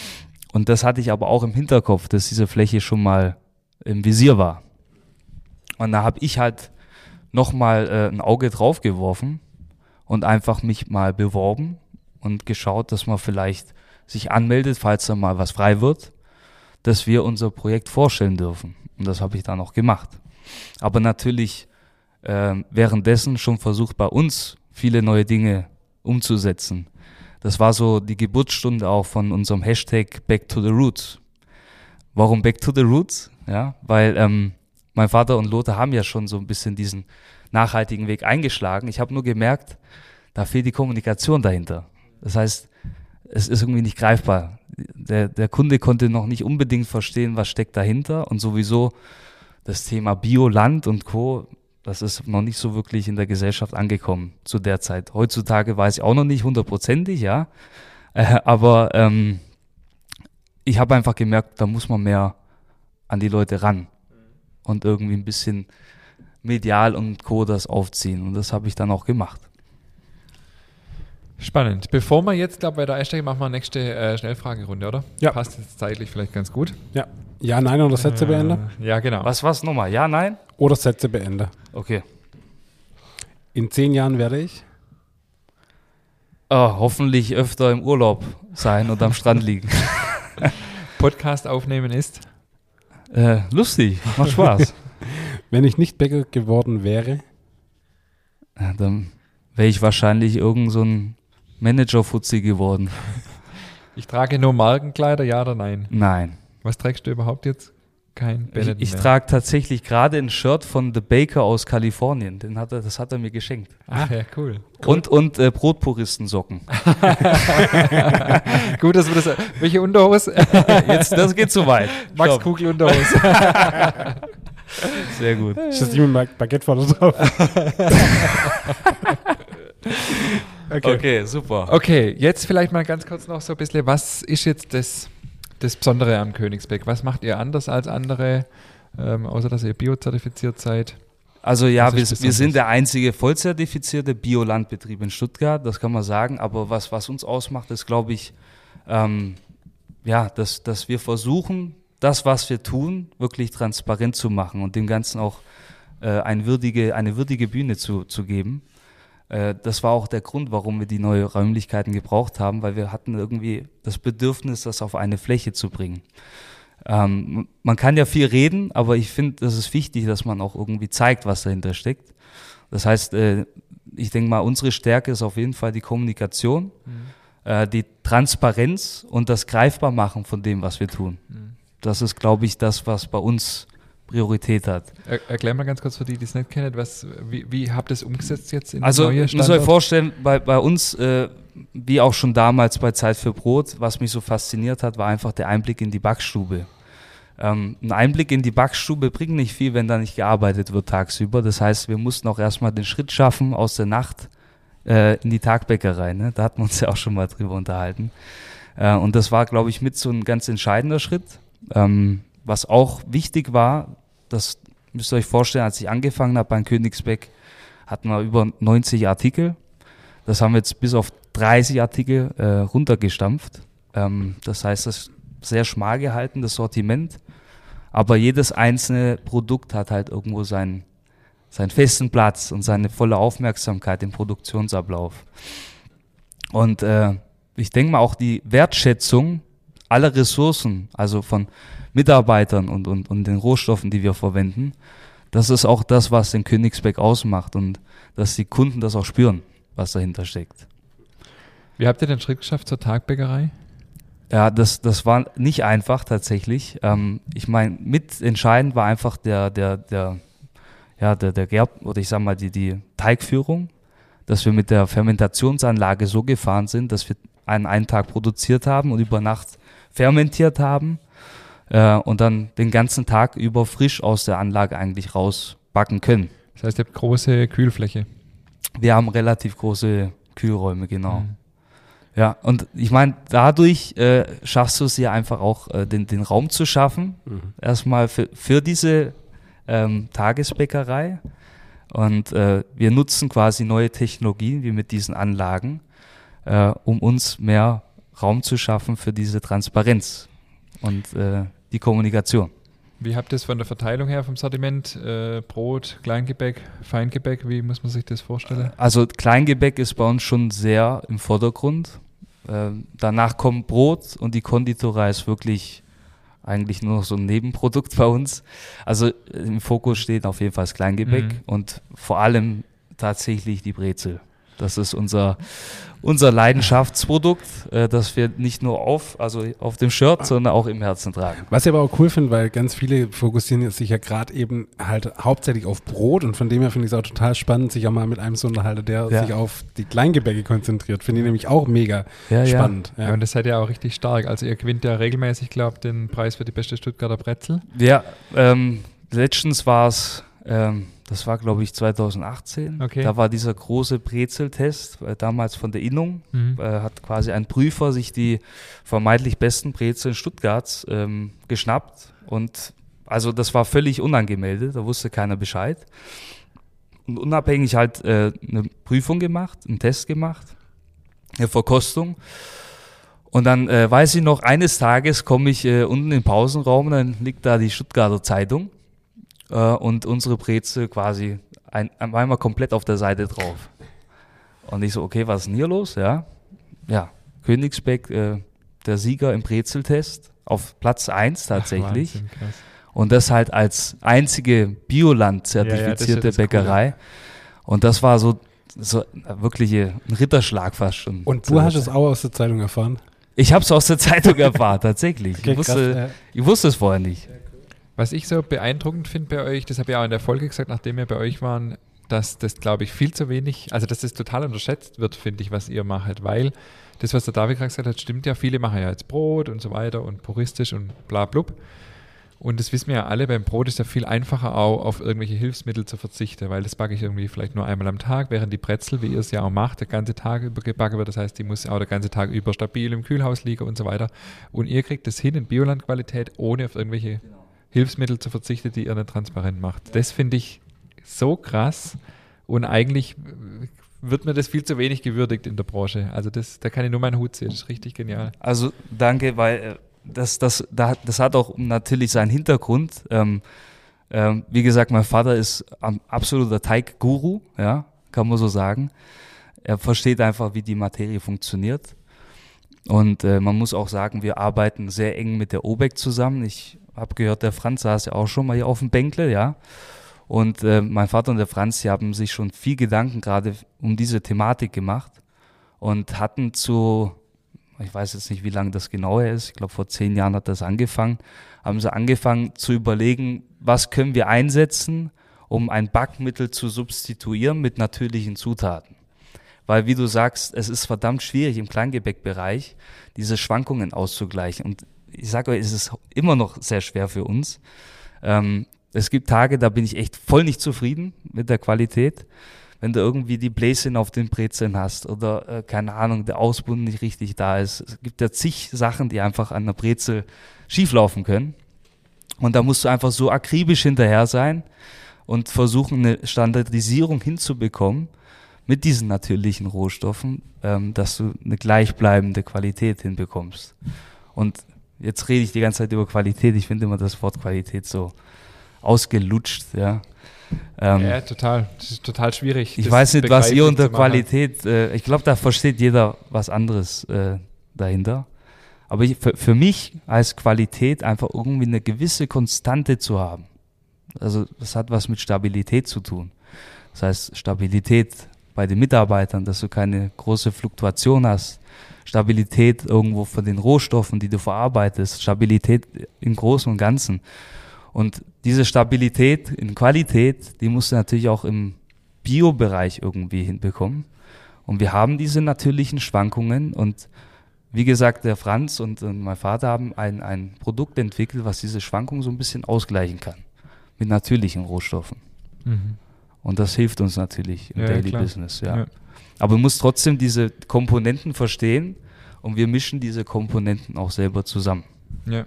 und das hatte ich aber auch im Hinterkopf, dass diese Fläche schon mal im Visier war. Und da habe ich halt nochmal äh, ein Auge drauf geworfen und einfach mich mal beworben und geschaut, dass man vielleicht sich anmeldet, falls da mal was frei wird, dass wir unser Projekt vorstellen dürfen. Und das habe ich dann auch gemacht. Aber natürlich äh, währenddessen schon versucht, bei uns viele neue Dinge umzusetzen. Das war so die Geburtsstunde auch von unserem Hashtag Back to the Roots. Warum Back to the Roots? Ja, weil ähm, mein Vater und Lothar haben ja schon so ein bisschen diesen nachhaltigen Weg eingeschlagen. Ich habe nur gemerkt, da fehlt die Kommunikation dahinter. Das heißt, es ist irgendwie nicht greifbar. Der, der Kunde konnte noch nicht unbedingt verstehen, was steckt dahinter, und sowieso das Thema Bioland und Co., das ist noch nicht so wirklich in der Gesellschaft angekommen zu der Zeit. Heutzutage weiß ich auch noch nicht hundertprozentig, ja, äh, aber ähm, ich habe einfach gemerkt, da muss man mehr an die Leute ran und irgendwie ein bisschen medial und Co. das aufziehen, und das habe ich dann auch gemacht. Spannend. Bevor wir jetzt, glaube ich, bei der einsteigen, machen wir eine nächste äh, Schnellfragerunde, oder? Ja. Passt jetzt zeitlich vielleicht ganz gut. Ja. Ja, nein oder Sätze beende? Äh, ja, genau. Was war's nochmal? Ja, nein? Oder Sätze beende. Okay. In zehn Jahren werde ich? Oh, hoffentlich öfter im Urlaub sein und am Strand liegen. Podcast aufnehmen ist? Äh, lustig, macht Spaß. Wenn ich nicht Bäcker geworden wäre? Ja, dann wäre ich wahrscheinlich irgend so ein Manager-Fuzzi geworden. Ich trage nur Markenkleider, ja oder nein? Nein. Was trägst du überhaupt jetzt? Kein Ich, Benetton ich mehr. trage tatsächlich gerade ein Shirt von The Baker aus Kalifornien. Den hat er, das hat er mir geschenkt. Ach ja, cool. Und, und äh, Brotpuristensocken. Gut, dass wir das... Welche Unterhose? Jetzt, das geht zu weit. Max Stopp. Kugel Unterhose. Sehr gut. Ist das die mit Bag- Baguette vorne drauf? Okay. okay, super. Okay, jetzt vielleicht mal ganz kurz noch so ein bisschen, was ist jetzt das, das Besondere am Königsberg? Was macht ihr anders als andere, ähm, außer dass ihr biozertifiziert seid? Also ja, Was wir, ist wir besonders? sind der einzige vollzertifizierte Biolandbetrieb in Stuttgart, das kann man sagen. Aber was, was uns ausmacht, ist, glaube ich, ähm, ja, dass, dass wir versuchen, das, was wir tun, wirklich transparent zu machen und dem Ganzen auch äh, eine, würdige, eine würdige Bühne zu, zu geben. Äh, das war auch der Grund, warum wir die neuen Räumlichkeiten gebraucht haben, weil wir hatten irgendwie das Bedürfnis, das auf eine Fläche zu bringen. Ähm, man kann ja viel reden, aber ich finde, das ist wichtig, dass man auch irgendwie zeigt, was dahinter steckt. Das heißt, äh, ich denke mal, unsere Stärke ist auf jeden Fall die Kommunikation, mhm. äh, die Transparenz und das Greifbarmachen von dem, was wir tun. Mhm. Das ist, glaube ich, das, was bei uns Priorität hat. Er, erklär mal ganz kurz für die, die es nicht kennen, was, wie, wie habt ihr es umgesetzt jetzt in Also, neue ihr müsst euch vorstellen, bei, bei uns, äh, wie auch schon damals bei Zeit für Brot, was mich so fasziniert hat, war einfach der Einblick in die Backstube. Ähm, ein Einblick in die Backstube bringt nicht viel, wenn da nicht gearbeitet wird tagsüber. Das heißt, wir mussten auch erstmal den Schritt schaffen aus der Nacht äh, in die Tagbäckerei. Ne? Da hatten wir uns ja auch schon mal drüber unterhalten. Äh, und das war, glaube ich, mit so ein ganz entscheidender Schritt. Ähm, was auch wichtig war, das müsst ihr euch vorstellen, als ich angefangen habe beim Königsberg, hatten wir über neunzig Artikel. Das haben wir jetzt bis auf dreißig Artikel äh, runtergestampft. Ähm, das heißt, das ist sehr schmal gehalten, das Sortiment. Aber jedes einzelne Produkt hat halt irgendwo seinen, seinen festen Platz und seine volle Aufmerksamkeit im Produktionsablauf. Und äh, ich denke mal auch die Wertschätzung aller Ressourcen, also von Mitarbeitern und, und, und den Rohstoffen, die wir verwenden, das ist auch das, was den Königsberg ausmacht und dass die Kunden das auch spüren, was dahinter steckt. Wie habt ihr den Schritt geschafft zur Tagbäckerei? Ja, das, das war nicht einfach tatsächlich. Ähm, ich meine, mitentscheidend war einfach der, der, der, ja, der, der Gerb, oder ich sag mal, die, die Teigführung, dass wir mit der Fermentationsanlage so gefahren sind, dass wir einen, einen Tag produziert haben und über Nacht fermentiert haben äh, und dann den ganzen Tag über frisch aus der Anlage eigentlich rausbacken können. Das heißt, ihr habt große Kühlfläche. Wir haben relativ große Kühlräume, genau. Mhm. Ja, und ich meine, dadurch äh, schaffst du es ja einfach auch, äh, den, den Raum zu schaffen, mhm. erstmal für, für diese ähm, Tagesbäckerei. Und äh, wir nutzen quasi neue Technologien, wie mit diesen Anlagen, äh, um uns mehr Raum zu schaffen für diese Transparenz. und äh, die Kommunikation. Wie habt ihr es von der Verteilung her vom Sortiment? Äh, Brot, Kleingebäck, Feingebäck, wie muss man sich das vorstellen? Also Kleingebäck ist bei uns schon sehr im Vordergrund. Äh, danach kommt Brot und die Konditorei ist wirklich eigentlich nur noch so ein Nebenprodukt bei uns. Also im Fokus steht auf jeden Fall das Kleingebäck Mhm. und vor allem tatsächlich die Brezel. Das ist unser, unser Leidenschaftsprodukt, äh, das wir nicht nur auf, also auf dem Shirt, sondern auch im Herzen tragen. Was ich aber auch cool finde, weil ganz viele fokussieren sich ja gerade eben halt hauptsächlich auf Brot und von dem her finde ich es auch total spannend, sich auch mal mit einem zu unterhalten, der Ja. sich auf die Kleingebäcke konzentriert. Finde ich nämlich auch mega Ja, ja. spannend. Ja. Ja. Und das seid ihr auch richtig stark. Also ihr gewinnt ja regelmäßig, glaube ich, den Preis für die beste Stuttgarter Brezel. Ja, ähm, letztens war es, ähm, das war glaube ich zweitausendachtzehn, Okay. da war dieser große Brezeltest, äh, damals von der Innung, Mhm. äh, hat quasi ein Prüfer sich die vermeintlich besten Brezeln Stuttgarts ähm, geschnappt und also das war völlig unangemeldet, da wusste keiner Bescheid und unabhängig halt äh, eine Prüfung gemacht, einen Test gemacht, eine Verkostung. Und dann äh, weiß ich noch, eines Tages komme ich äh, unten im Pausenraum, dann liegt da die Stuttgarter Zeitung äh, und unsere Brezel quasi ein, einmal komplett auf der Seite drauf. Und ich so, okay, was ist denn hier los? Ja, ja Königsbeck, äh, der Sieger im Brezeltest, auf Platz eins tatsächlich. Ach, Wahnsinn, krass. Und das halt als einzige Bioland-zertifizierte Ja, ja, das ist ja das Bäckerei. Und das war so, so wirklich ein Ritterschlag fast schon. Und du hast es auch aus der Zeitung erfahren? Ich habe es aus der Zeitung erfahren, tatsächlich. Okay, ich, wusste, krass, ich wusste es vorher nicht. Was ich so beeindruckend finde bei euch, das habe ich auch in der Folge gesagt, nachdem wir bei euch waren, dass das, glaube ich, viel zu wenig, also dass das total unterschätzt wird, finde ich, was ihr macht, weil das, was der David gerade gesagt hat, stimmt ja, viele machen ja jetzt Brot und so weiter und puristisch und bla blub. Und das wissen wir ja alle, beim Brot ist ja viel einfacher auch auf irgendwelche Hilfsmittel zu verzichten, weil das backe ich irgendwie vielleicht nur einmal am Tag, während die Brezel, wie ihr es ja auch macht, der ganze Tag über gebacken wird. Das heißt, die muss auch der ganze Tag über stabil im Kühlhaus liegen und so weiter. Und ihr kriegt das hin in Biolandqualität, ohne auf irgendwelche Hilfsmittel zu verzichten, die ihr nicht transparent macht. Das finde ich so krass und eigentlich wird mir das viel zu wenig gewürdigt in der Branche. Also das, da kann ich nur meinen Hut ziehen, das ist richtig genial. Also danke, weil äh, das, das, da- das hat auch natürlich seinen Hintergrund. Ähm, ähm, wie gesagt, mein Vater ist ein absoluter Teigguru, ja, kann man so sagen. Er versteht einfach, wie die Materie funktioniert. Und äh, man muss auch sagen, wir arbeiten sehr eng mit der O B E C zusammen. Ich habe gehört, der Franz saß ja auch schon mal hier auf dem Bänkle, ja. Und äh, mein Vater und der Franz, die haben sich schon viel Gedanken gerade um diese Thematik gemacht und hatten zu, ich weiß jetzt nicht, wie lange das genau her ist, ich glaube vor zehn Jahren hat das angefangen, haben sie angefangen zu überlegen, was können wir einsetzen, um ein Backmittel zu substituieren mit natürlichen Zutaten. Weil, wie du sagst, es ist verdammt schwierig im Kleingebäckbereich, diese Schwankungen auszugleichen. Und ich sage euch, es ist immer noch sehr schwer für uns. Ähm, es gibt Tage, da bin ich echt voll nicht zufrieden mit der Qualität. Wenn du irgendwie die Bläschen auf den Brezeln hast oder, äh, keine Ahnung, der Ausbund nicht richtig da ist. Es gibt ja zig Sachen, die einfach an der Brezel schieflaufen können. Und da musst du einfach so akribisch hinterher sein und versuchen, eine Standardisierung hinzubekommen mit diesen natürlichen Rohstoffen, ähm, dass du eine gleichbleibende Qualität hinbekommst. Und jetzt rede ich die ganze Zeit über Qualität. Ich finde immer das Wort Qualität so ausgelutscht, ja. Ähm, Ja, total. Das ist total schwierig. ich das weiß nicht, was ihr begreiflich unter zu machen. Qualität, äh, ich glaube, da versteht jeder was anderes äh, dahinter. Aber ich, für, für mich heißt Qualität einfach irgendwie eine gewisse Konstante zu haben. Also das hat was mit Stabilität zu tun. Das heißt Stabilität bei den Mitarbeitern, dass du keine große Fluktuation hast. Stabilität irgendwo von den Rohstoffen, die du verarbeitest. Stabilität im Großen und Ganzen. Und diese Stabilität in Qualität, die musst du natürlich auch im Bio-Bereich irgendwie hinbekommen. Und wir haben diese natürlichen Schwankungen und wie gesagt, der Franz und, und mein Vater haben ein, ein Produkt entwickelt, was diese Schwankungen so ein bisschen ausgleichen kann. Mit natürlichen Rohstoffen. Mhm. Und das hilft uns natürlich im Ja, Daily klar. Business. Ja. Ja. Aber du musst trotzdem diese Komponenten verstehen und wir mischen diese Komponenten auch selber zusammen. Ja.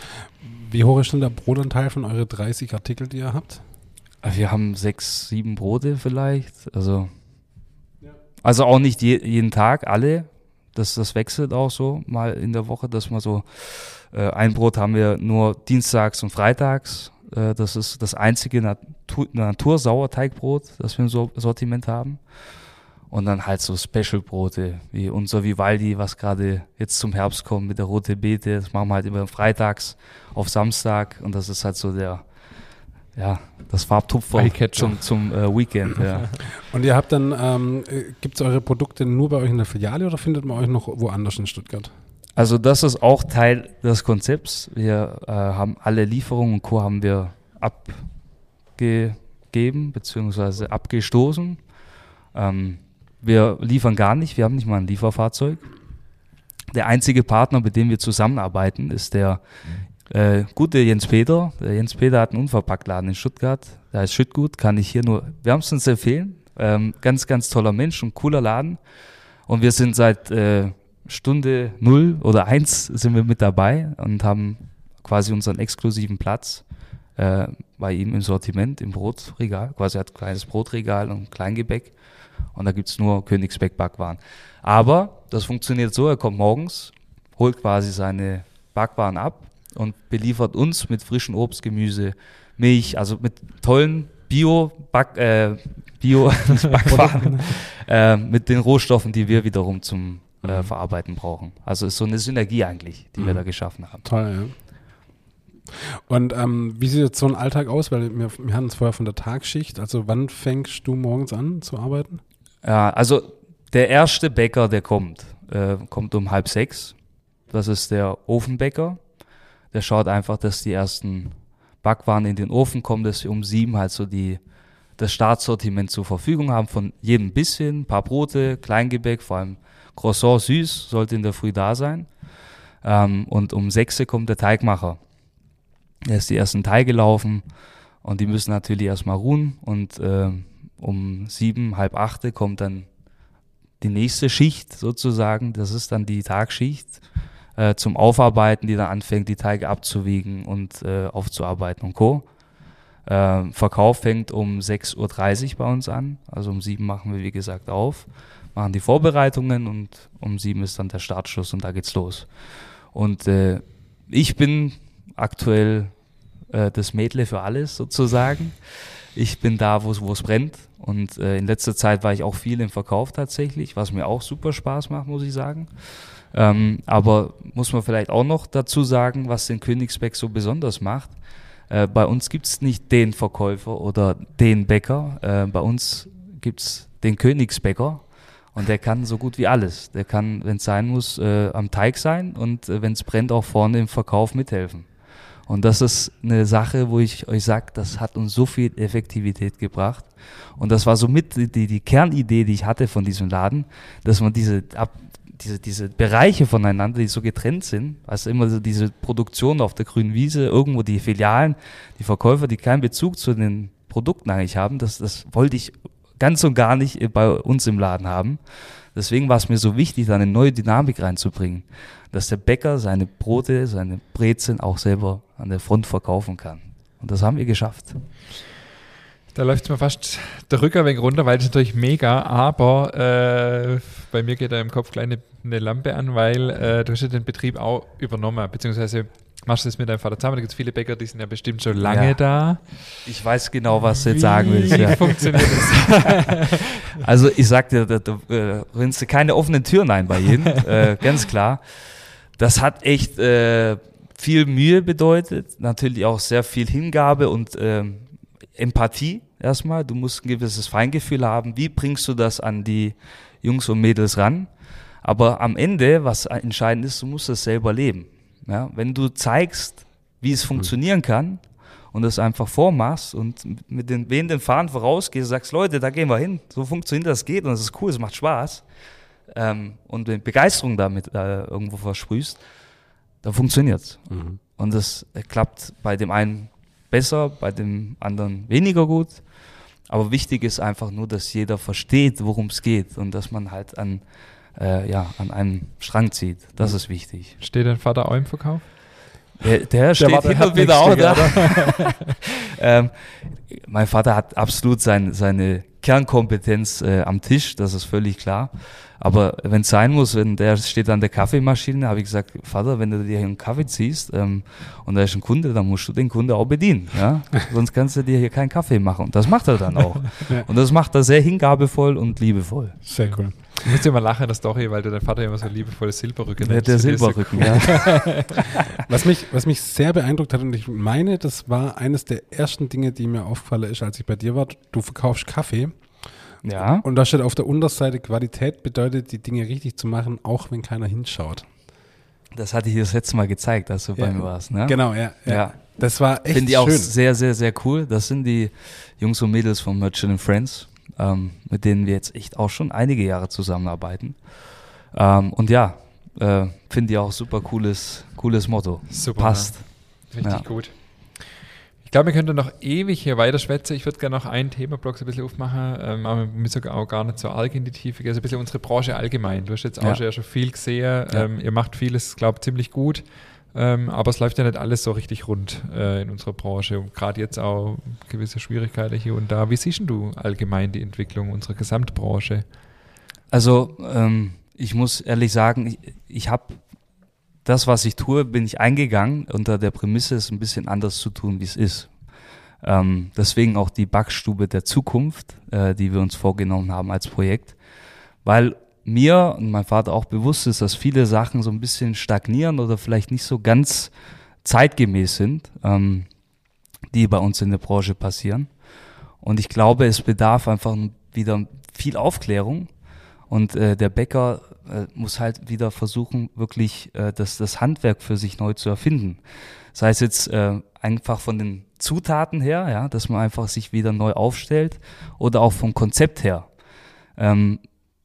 Wie hoch ist denn der Brotanteil von euren dreißig Artikel, die ihr habt? Wir haben sechs, sieben Brote vielleicht. Also, also auch nicht je, jeden Tag alle. Das, das wechselt auch so mal in der Woche, dass wir so, äh, ein Brot haben wir nur dienstags und freitags. Äh, das ist das einzige Natur, Natursauerteigbrot, das wir im so- Sortiment haben. Und dann halt so Special-Brote, wie unser Vivaldi, was gerade jetzt zum Herbst kommt mit der rote Beete. Das machen wir halt immer freitags auf Samstag. Und das ist halt so der, ja, das Farbtupfer Eyecatcher. zum, zum äh, Weekend. Ja. Und ihr habt dann, ähm, gibt es eure Produkte nur bei euch in der Filiale oder findet man euch noch woanders in Stuttgart? Also das ist auch Teil des Konzepts. Wir äh, haben alle Lieferungen und Co. haben wir abgegeben bzw. abgestoßen. Ähm, wir liefern gar nicht, wir haben nicht mal ein Lieferfahrzeug. Der einzige Partner, mit dem wir zusammenarbeiten, ist der äh, gute Jens Peter. Der Jens Peter hat einen Unverpacktladen in Stuttgart. Der heißt Schüttgut, kann ich hier nur wärmstens empfehlen. Ähm, ganz, ganz toller Mensch und cooler Laden. Und wir sind seit äh, Stunde null oder eins sind wir mit dabei und haben quasi unseren exklusiven Platz äh, bei ihm im Sortiment, im Brotregal. Quasi hat ein kleines Brotregal und Kleingebäck. Und da gibt es nur Königsberg-Backwaren. Aber das funktioniert so, er kommt morgens, holt quasi seine Backwaren ab und beliefert uns mit frischem Obst, Gemüse, Milch, also mit tollen Bio-Back, äh, Bio-Backwaren, äh, mit den Rohstoffen, die wir wiederum zum äh, Verarbeiten brauchen. Also ist so eine Synergie eigentlich, die mhm. wir da geschaffen haben. Toll, ja. Und ähm, wie sieht jetzt so ein Alltag aus? Weil wir, wir hatten es vorher von der Tagschicht. Also wann fängst du morgens an zu arbeiten? Ja, also der erste Bäcker, der kommt, äh, kommt um halb sechs. Das ist der Ofenbäcker. Der schaut einfach, dass die ersten Backwaren in den Ofen kommen, dass wir um sieben halt so die, das Startsortiment zur Verfügung haben. Von jedem bisschen, ein paar Brote, Kleingebäck, vor allem Croissant süß, sollte in der Früh da sein. Ähm, und um sechs kommt der Teigmacher. Er ist die ersten Teige laufen und die müssen natürlich erstmal ruhen und äh, um sieben, halb acht kommt dann die nächste Schicht sozusagen, das ist dann die Tagschicht äh, zum Aufarbeiten, die dann anfängt, die Teige abzuwiegen und äh, aufzuarbeiten und Co. Äh, Verkauf fängt um sechs Uhr dreißig bei uns an, also um sieben machen wir wie gesagt auf, machen die Vorbereitungen und um sieben ist dann der Startschuss und da geht's los. Und äh, ich bin aktuell äh, das Mädle für alles sozusagen. Ich bin da, wo es brennt und äh, in letzter Zeit war ich auch viel im Verkauf tatsächlich, was mir auch super Spaß macht, muss ich sagen. Ähm, aber muss man vielleicht auch noch dazu sagen, was den Königsberg so besonders macht. Äh, bei uns gibt es nicht den Verkäufer oder den Bäcker, äh, bei uns gibt es den Königsbäcker. Und der kann so gut wie alles. Der kann, wenn es sein muss, äh, am Teig sein und äh, wenn es brennt, auch vorne im Verkauf mithelfen. Und das ist eine Sache, wo ich euch sage, das hat uns so viel Effektivität gebracht. Und das war somit die, die, die Kernidee, die ich hatte von diesem Laden, dass man diese, ab, diese, diese Bereiche voneinander, die so getrennt sind, also immer so diese Produktion auf der grünen Wiese, irgendwo die Filialen, die Verkäufer, die keinen Bezug zu den Produkten eigentlich haben, das, das wollte ich ganz und gar nicht bei uns im Laden haben. Deswegen war es mir so wichtig, da eine neue Dynamik reinzubringen, dass der Bäcker seine Brote, seine Brezeln auch selber an der Front verkaufen kann. Und das haben wir geschafft. Da läuft es mir fast der Rückweg runter, weil das ist natürlich mega, aber äh, bei mir geht da im Kopf gleich eine, eine Lampe an, weil äh, du hast ja den Betrieb auch übernommen, beziehungsweise machst du das mit deinem Vater zusammen. Da gibt es viele Bäcker, die sind ja bestimmt schon lange ja. da. Ich weiß genau, was du jetzt sagen willst. Wie ja. funktioniert das? Also ich sag dir, da, da äh, rennst du keine offenen Türen ein bei jedem, äh, ganz klar. Das hat echt äh, viel Mühe bedeutet, natürlich auch sehr viel Hingabe und äh, Empathie erstmal. Du musst ein gewisses Feingefühl haben. Wie bringst du das an die Jungs und Mädels ran? Aber am Ende, was entscheidend ist, du musst es selber leben. Ja, wenn du zeigst, wie es funktionieren kann und es einfach vormachst und mit den wehenden Fahnen vorausgehst, sagst, Leute, da gehen wir hin, so funktioniert das, geht und es ist cool, es macht Spaß ähm, und wenn Begeisterung damit äh, irgendwo versprühst, dann funktioniert es. Mhm. Und das äh, klappt bei dem einen besser, bei dem anderen weniger gut, aber wichtig ist einfach nur, dass jeder versteht, worum es geht und dass man halt an Äh, ja, an einem Strang zieht. Das ist wichtig. Steht dein Vater auch im Verkauf? Der, der steht der hin und wieder auch da. ähm, mein Vater hat absolut sein, seine Kernkompetenz äh, am Tisch, das ist völlig klar. Aber wenn es sein muss, wenn der steht an der Kaffeemaschine, habe ich gesagt, Vater, wenn du dir hier einen Kaffee ziehst ähm, und da ist ein Kunde, dann musst du den Kunde auch bedienen. Ja? Sonst kannst du dir hier keinen Kaffee machen. Und das macht er dann auch. Ja. Und das macht er sehr hingabevoll und liebevoll. Sehr cool. Ich musste immer lachen in der Story, weil du dein Vater immer so liebevolles Silberrücken nennt. Der Silberrücken, so cool. Ja. was, mich, was mich sehr beeindruckt hat, und ich meine, das war eines der ersten Dinge, die mir aufgefallen ist, als ich bei dir war, du verkaufst Kaffee. Ja. Und da steht auf der Unterseite, Qualität bedeutet, die Dinge richtig zu machen, auch wenn keiner hinschaut. Das hatte ich das letzte Mal gezeigt, als du ja, bei mir warst. Ne? Genau, ja, ja. ja. Das war echt schön. Finde ich auch sehr, sehr, sehr cool. Das sind die Jungs und Mädels von Merchant and Friends, ähm, mit denen wir jetzt echt auch schon einige Jahre zusammenarbeiten. Ähm, und ja, äh, finde ich auch super cooles, cooles Motto. Super. Passt. Ja. Richtig ja. gut. Ich glaube, wir könnten noch ewig hier weiter schwätzen. Ich würde gerne noch einen Themablock so ein bisschen aufmachen, ähm, aber wir müssen auch gar nicht so arg in die Tiefe gehen. Also ein bisschen unsere Branche allgemein. Du hast jetzt auch ja. schon viel gesehen. Ja. Ähm, ihr macht vieles, glaube ich, ziemlich gut. Ähm, aber es läuft ja nicht alles so richtig rund äh, in unserer Branche. Und gerade jetzt auch gewisse Schwierigkeiten hier und da. Wie siehst du allgemein die Entwicklung unserer Gesamtbranche? Also ähm, ich muss ehrlich sagen, ich, ich habe das, was ich tue, bin ich eingegangen unter der Prämisse, es ein bisschen anders zu tun, wie es ist. Ähm, deswegen auch die Backstube der Zukunft, äh, die wir uns vorgenommen haben als Projekt, weil mir und mein Vater auch bewusst ist, dass viele Sachen so ein bisschen stagnieren oder vielleicht nicht so ganz zeitgemäß sind, ähm, die bei uns in der Branche passieren. Und ich glaube, es bedarf einfach wieder viel Aufklärung. Und äh, der Bäcker äh, muss halt wieder versuchen, wirklich äh, das, das Handwerk für sich neu zu erfinden. Sei es jetzt äh, einfach von den Zutaten her, ja, dass man einfach sich wieder neu aufstellt, oder auch vom Konzept her. Ähm,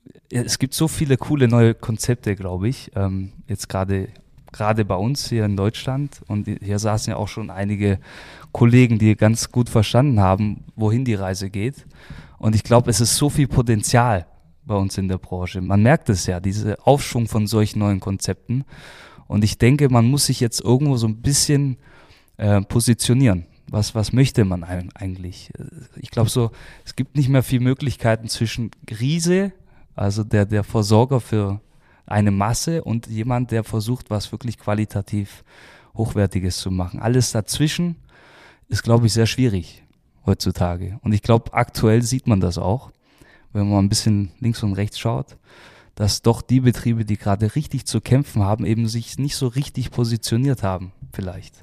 es gibt so viele coole neue Konzepte, glaube ich, ähm, jetzt gerade gerade bei uns hier in Deutschland. Und hier saßen ja auch schon einige Kollegen, die ganz gut verstanden haben, wohin die Reise geht. Und ich glaube, es ist so viel Potenzial bei uns in der Branche. Man merkt es ja, diese Aufschwung von solchen neuen Konzepten. Und ich denke, man muss sich jetzt irgendwo so ein bisschen äh, positionieren. Was, was möchte man eigentlich? Ich glaube so, es gibt nicht mehr viel Möglichkeiten zwischen Riese, also der, der Versorger für eine Masse, und jemand, der versucht, was wirklich qualitativ Hochwertiges zu machen. Alles dazwischen ist, glaube ich, sehr schwierig heutzutage. Und ich glaube, aktuell sieht man das auch, wenn man ein bisschen links und rechts schaut, dass doch die Betriebe, die gerade richtig zu kämpfen haben, eben sich nicht so richtig positioniert haben, vielleicht.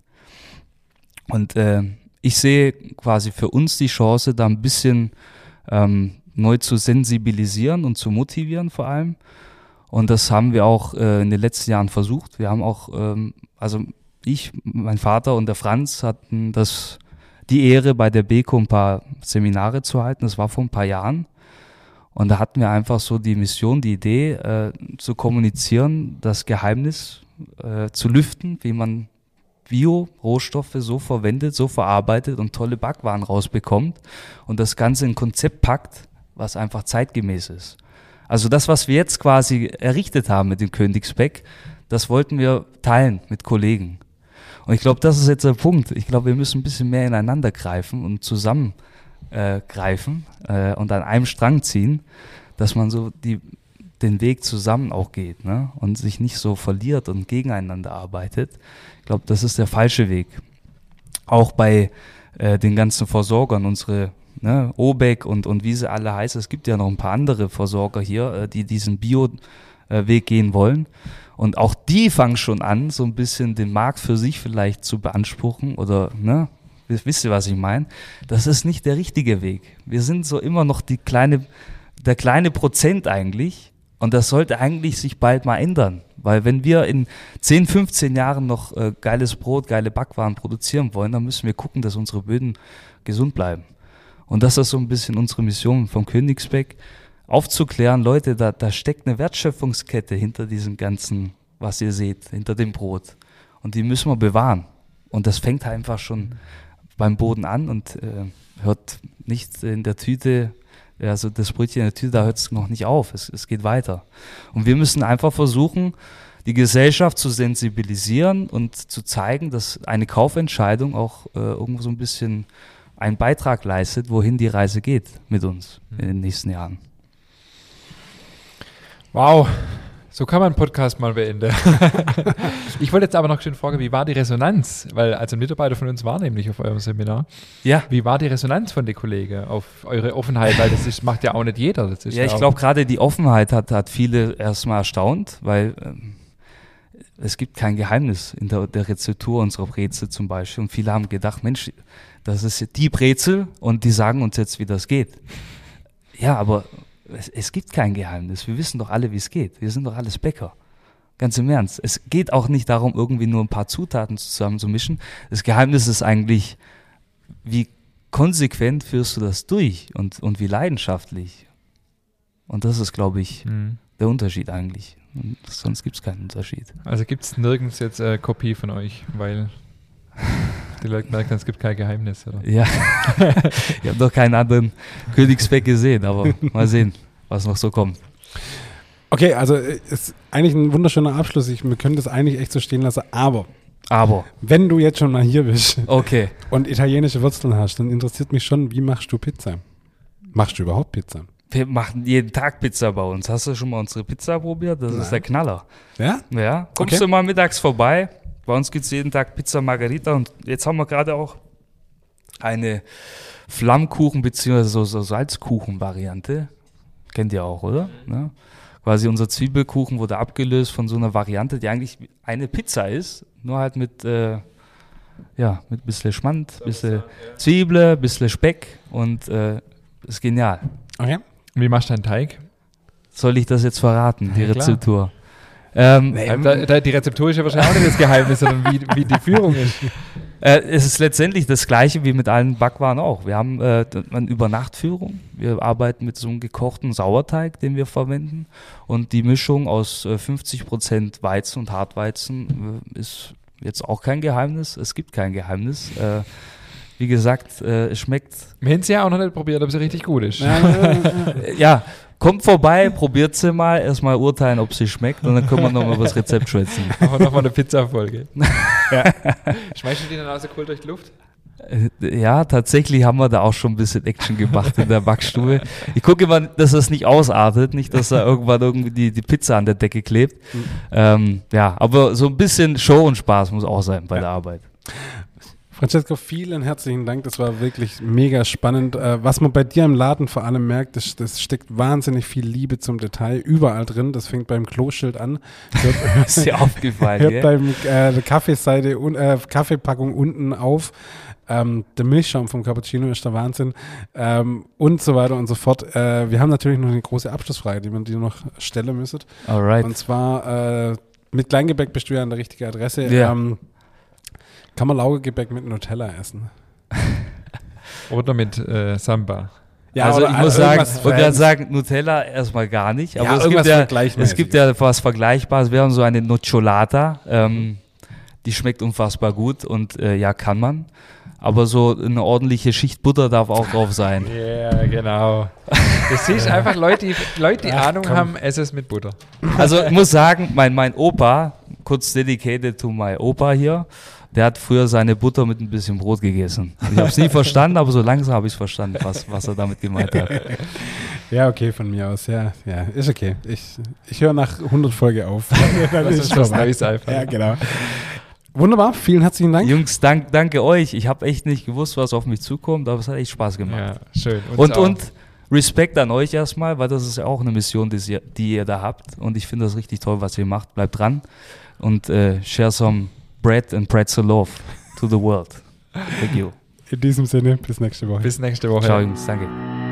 Und äh, ich sehe quasi für uns die Chance, da ein bisschen ähm, neu zu sensibilisieren und zu motivieren vor allem. Und das haben wir auch äh, in den letzten Jahren versucht. Wir haben auch, ähm, also ich, mein Vater und der Franz hatten das, die Ehre, bei der Beko ein paar Seminare zu halten. Das war vor ein paar Jahren. Und da hatten wir einfach so die Mission, die Idee, äh, zu kommunizieren, das Geheimnis äh, zu lüften, wie man Bio-Rohstoffe so verwendet, so verarbeitet und tolle Backwaren rausbekommt und das Ganze in ein Konzept packt, was einfach zeitgemäß ist. Also das, was wir jetzt quasi errichtet haben mit dem Königsbeck, das wollten wir teilen mit Kollegen. Und ich glaube, das ist jetzt der Punkt. Ich glaube, wir müssen ein bisschen mehr ineinander greifen und zusammen äh, greifen äh, und an einem Strang ziehen, dass man so die, den Weg zusammen auch geht, ne? Und sich nicht so verliert und gegeneinander arbeitet. Ich glaube, das ist der falsche Weg. Auch bei äh, den ganzen Versorgern, unsere ne, Obeck und, und wie sie alle heißen, es gibt ja noch ein paar andere Versorger hier, äh, die diesen Bio-Weg äh, gehen wollen. Und auch die fangen schon an, so ein bisschen den Markt für sich vielleicht zu beanspruchen oder, ne, wisst ihr, was ich meine? Das ist nicht der richtige Weg. Wir sind so immer noch die kleine, der kleine Prozent eigentlich, und das sollte eigentlich sich bald mal ändern. Weil wenn wir in zehn, fünfzehn Jahren noch äh, geiles Brot, geile Backwaren produzieren wollen, dann müssen wir gucken, dass unsere Böden gesund bleiben. Und das ist so ein bisschen unsere Mission vom Königsbeck, aufzuklären, Leute, da, da steckt eine Wertschöpfungskette hinter diesem ganzen, was ihr seht, hinter dem Brot. Und die müssen wir bewahren. Und das fängt halt einfach schon beim Boden an und äh, hört nicht in der Tüte, also das Brötchen in der Tüte, da hört es noch nicht auf, es, es geht weiter. Und wir müssen einfach versuchen, die Gesellschaft zu sensibilisieren und zu zeigen, dass eine Kaufentscheidung auch äh, irgendwo so ein bisschen einen Beitrag leistet, wohin die Reise geht mit uns in den nächsten Jahren. Wow, so kann man einen Podcast mal beenden. Ich wollte jetzt aber noch schön fragen, wie war die Resonanz? Weil also ein Mitarbeiter von uns war nämlich auf eurem Seminar. Ja. Wie war die Resonanz von den Kollegen auf eure Offenheit? Weil das ist, macht ja auch nicht jeder. Das ist Ja, ich glaube, gerade die Offenheit hat, hat viele erstmal erstaunt, weil ähm, es gibt kein Geheimnis in der, der Rezeptur unserer Brezel zum Beispiel. Und viele haben gedacht, Mensch, das ist die Brezel und die sagen uns jetzt, wie das geht. Ja, aber es, es gibt kein Geheimnis. Wir wissen doch alle, wie es geht. Wir sind doch alles Bäcker. Ganz im Ernst. Es geht auch nicht darum, irgendwie nur ein paar Zutaten zusammen zu mischen. Das Geheimnis ist eigentlich, wie konsequent führst du das durch und, und wie leidenschaftlich. Und das ist, glaube ich, Mhm. der Unterschied eigentlich. Und sonst gibt es keinen Unterschied. Also gibt es nirgends jetzt eine Kopie von euch, weil die Leute merken, es gibt kein Geheimnis, oder? Ja, ich habe noch keinen anderen Königsbeck gesehen, aber mal sehen, was noch so kommt. Okay, also äh, ist eigentlich ein wunderschöner Abschluss. Ich, wir können das eigentlich echt so stehen lassen. Aber Aber, wenn du jetzt schon mal hier bist okay. und italienische Wurzeln hast, dann interessiert mich schon, wie machst du Pizza? Machst du überhaupt Pizza? Wir machen jeden Tag Pizza bei uns. Hast du schon mal unsere Pizza probiert? Das Nein. ist der Knaller. Ja? Ja, kommst Okay. du mal mittags vorbei. Bei uns gibt es jeden Tag Pizza Margherita und jetzt haben wir gerade auch eine Flammkuchen- bzw. so, so Salzkuchen-Variante. Kennt ihr auch, oder? Ja. Quasi unser Zwiebelkuchen wurde abgelöst von so einer Variante, die eigentlich eine Pizza ist, nur halt mit, äh, ja, mit ein bisschen Schmand, ein bisschen Zwiebel, ein bisschen Speck und äh, ist genial. Okay. Wie machst du deinen Teig? Soll ich das jetzt verraten, die Ja, klar. Rezeptur? Ähm, Ähm, da, da, die Rezeptur ist ja wahrscheinlich auch nicht das Geheimnis, sondern wie, wie die Führung ist. Äh, es ist letztendlich das Gleiche wie mit allen Backwaren auch. Wir haben äh, eine Übernachtführung. Wir arbeiten mit so einem gekochten Sauerteig, den wir verwenden. Und die Mischung aus äh, fünfzig Prozent Weizen und Hartweizen äh, ist jetzt auch kein Geheimnis. Es gibt kein Geheimnis. Äh, wie gesagt, äh, es schmeckt. Wir haben es ja auch noch nicht probiert, ob es richtig gut ist. Äh, ja, kommt vorbei, probiert sie mal. Erstmal urteilen, ob sie schmeckt. Und dann können wir nochmal über das Rezept schwätzen. Aber nochmal eine Pizza-Folge. Ja. Schmeißt du die dann auch so cool durch die Luft? Äh, Ja, tatsächlich haben wir da auch schon ein bisschen Action gemacht in der Backstube. Ich gucke immer, dass das nicht ausartet, nicht, dass da irgendwann irgendwie die, die Pizza an der Decke klebt. Mhm. Ähm, ja, aber so ein bisschen Show und Spaß muss auch sein bei Ja. der Arbeit. Francesco, vielen herzlichen Dank. Das war wirklich mega spannend. Äh, was man bei dir im Laden vor allem merkt, das, das steckt wahnsinnig viel Liebe zum Detail überall drin. Das fängt beim Kloschild an. Hört, Ist dir aufgefallen, hört gell? beim äh, der Kaffeeseite, un, äh, Kaffeepackung unten auf. Ähm, der Milchschaum vom Cappuccino ist der Wahnsinn. Ähm, und so weiter und so fort. Äh, wir haben natürlich noch eine große Abschlussfrage, die wir dir noch stellen müssen. Alright. Und zwar äh, mit Kleingebäck bist du ja an der richtigen Adresse. Ja. Ähm, kann man Laugengebäck mit Nutella essen? Oder mit äh, Samba? also oder ich muss sagen, irgendwas ich wollte gerade Fans. sagen, Nutella erstmal gar nicht. Aber Ja, es, gibt irgendwas ja, Vergleichmäßiges. es gibt ja was Vergleichbares. Wir haben so eine Nocciolata. Ähm, die schmeckt unfassbar gut und äh, ja, kann man. Aber so eine ordentliche Schicht Butter darf auch drauf sein. Ja, genau. Das siehst einfach Leute, die, Leute, die Ach, Ahnung komm. haben, essen es mit Butter. Also ich muss sagen, mein, mein Opa, kurz dedicated to my Opa hier, der hat früher seine Butter mit ein bisschen Brot gegessen. Ich habe es nie verstanden, aber so langsam habe ich es verstanden, was, was er damit gemeint hat. Ja, okay, von mir aus. Ja, ja, ist okay. Ich, ich höre nach hundert Folge auf. Dann Das ist ist was vorbei. Neues einfach. Ja, genau. Wunderbar, vielen herzlichen Dank. Jungs, dank, danke euch. Ich habe echt nicht gewusst, was auf mich zukommt, aber es hat echt Spaß gemacht. Ja, schön. Uns Und, auch. und Respekt an euch erstmal, weil das ist ja auch eine Mission, die ihr, die ihr da habt. Und ich finde das richtig toll, was ihr macht. Bleibt dran und äh, share some bread and pretzel love to the world. Thank you. In diesem Sinne, bis nächste Woche. Bis nächste Woche. Ciao, Jungs. Danke.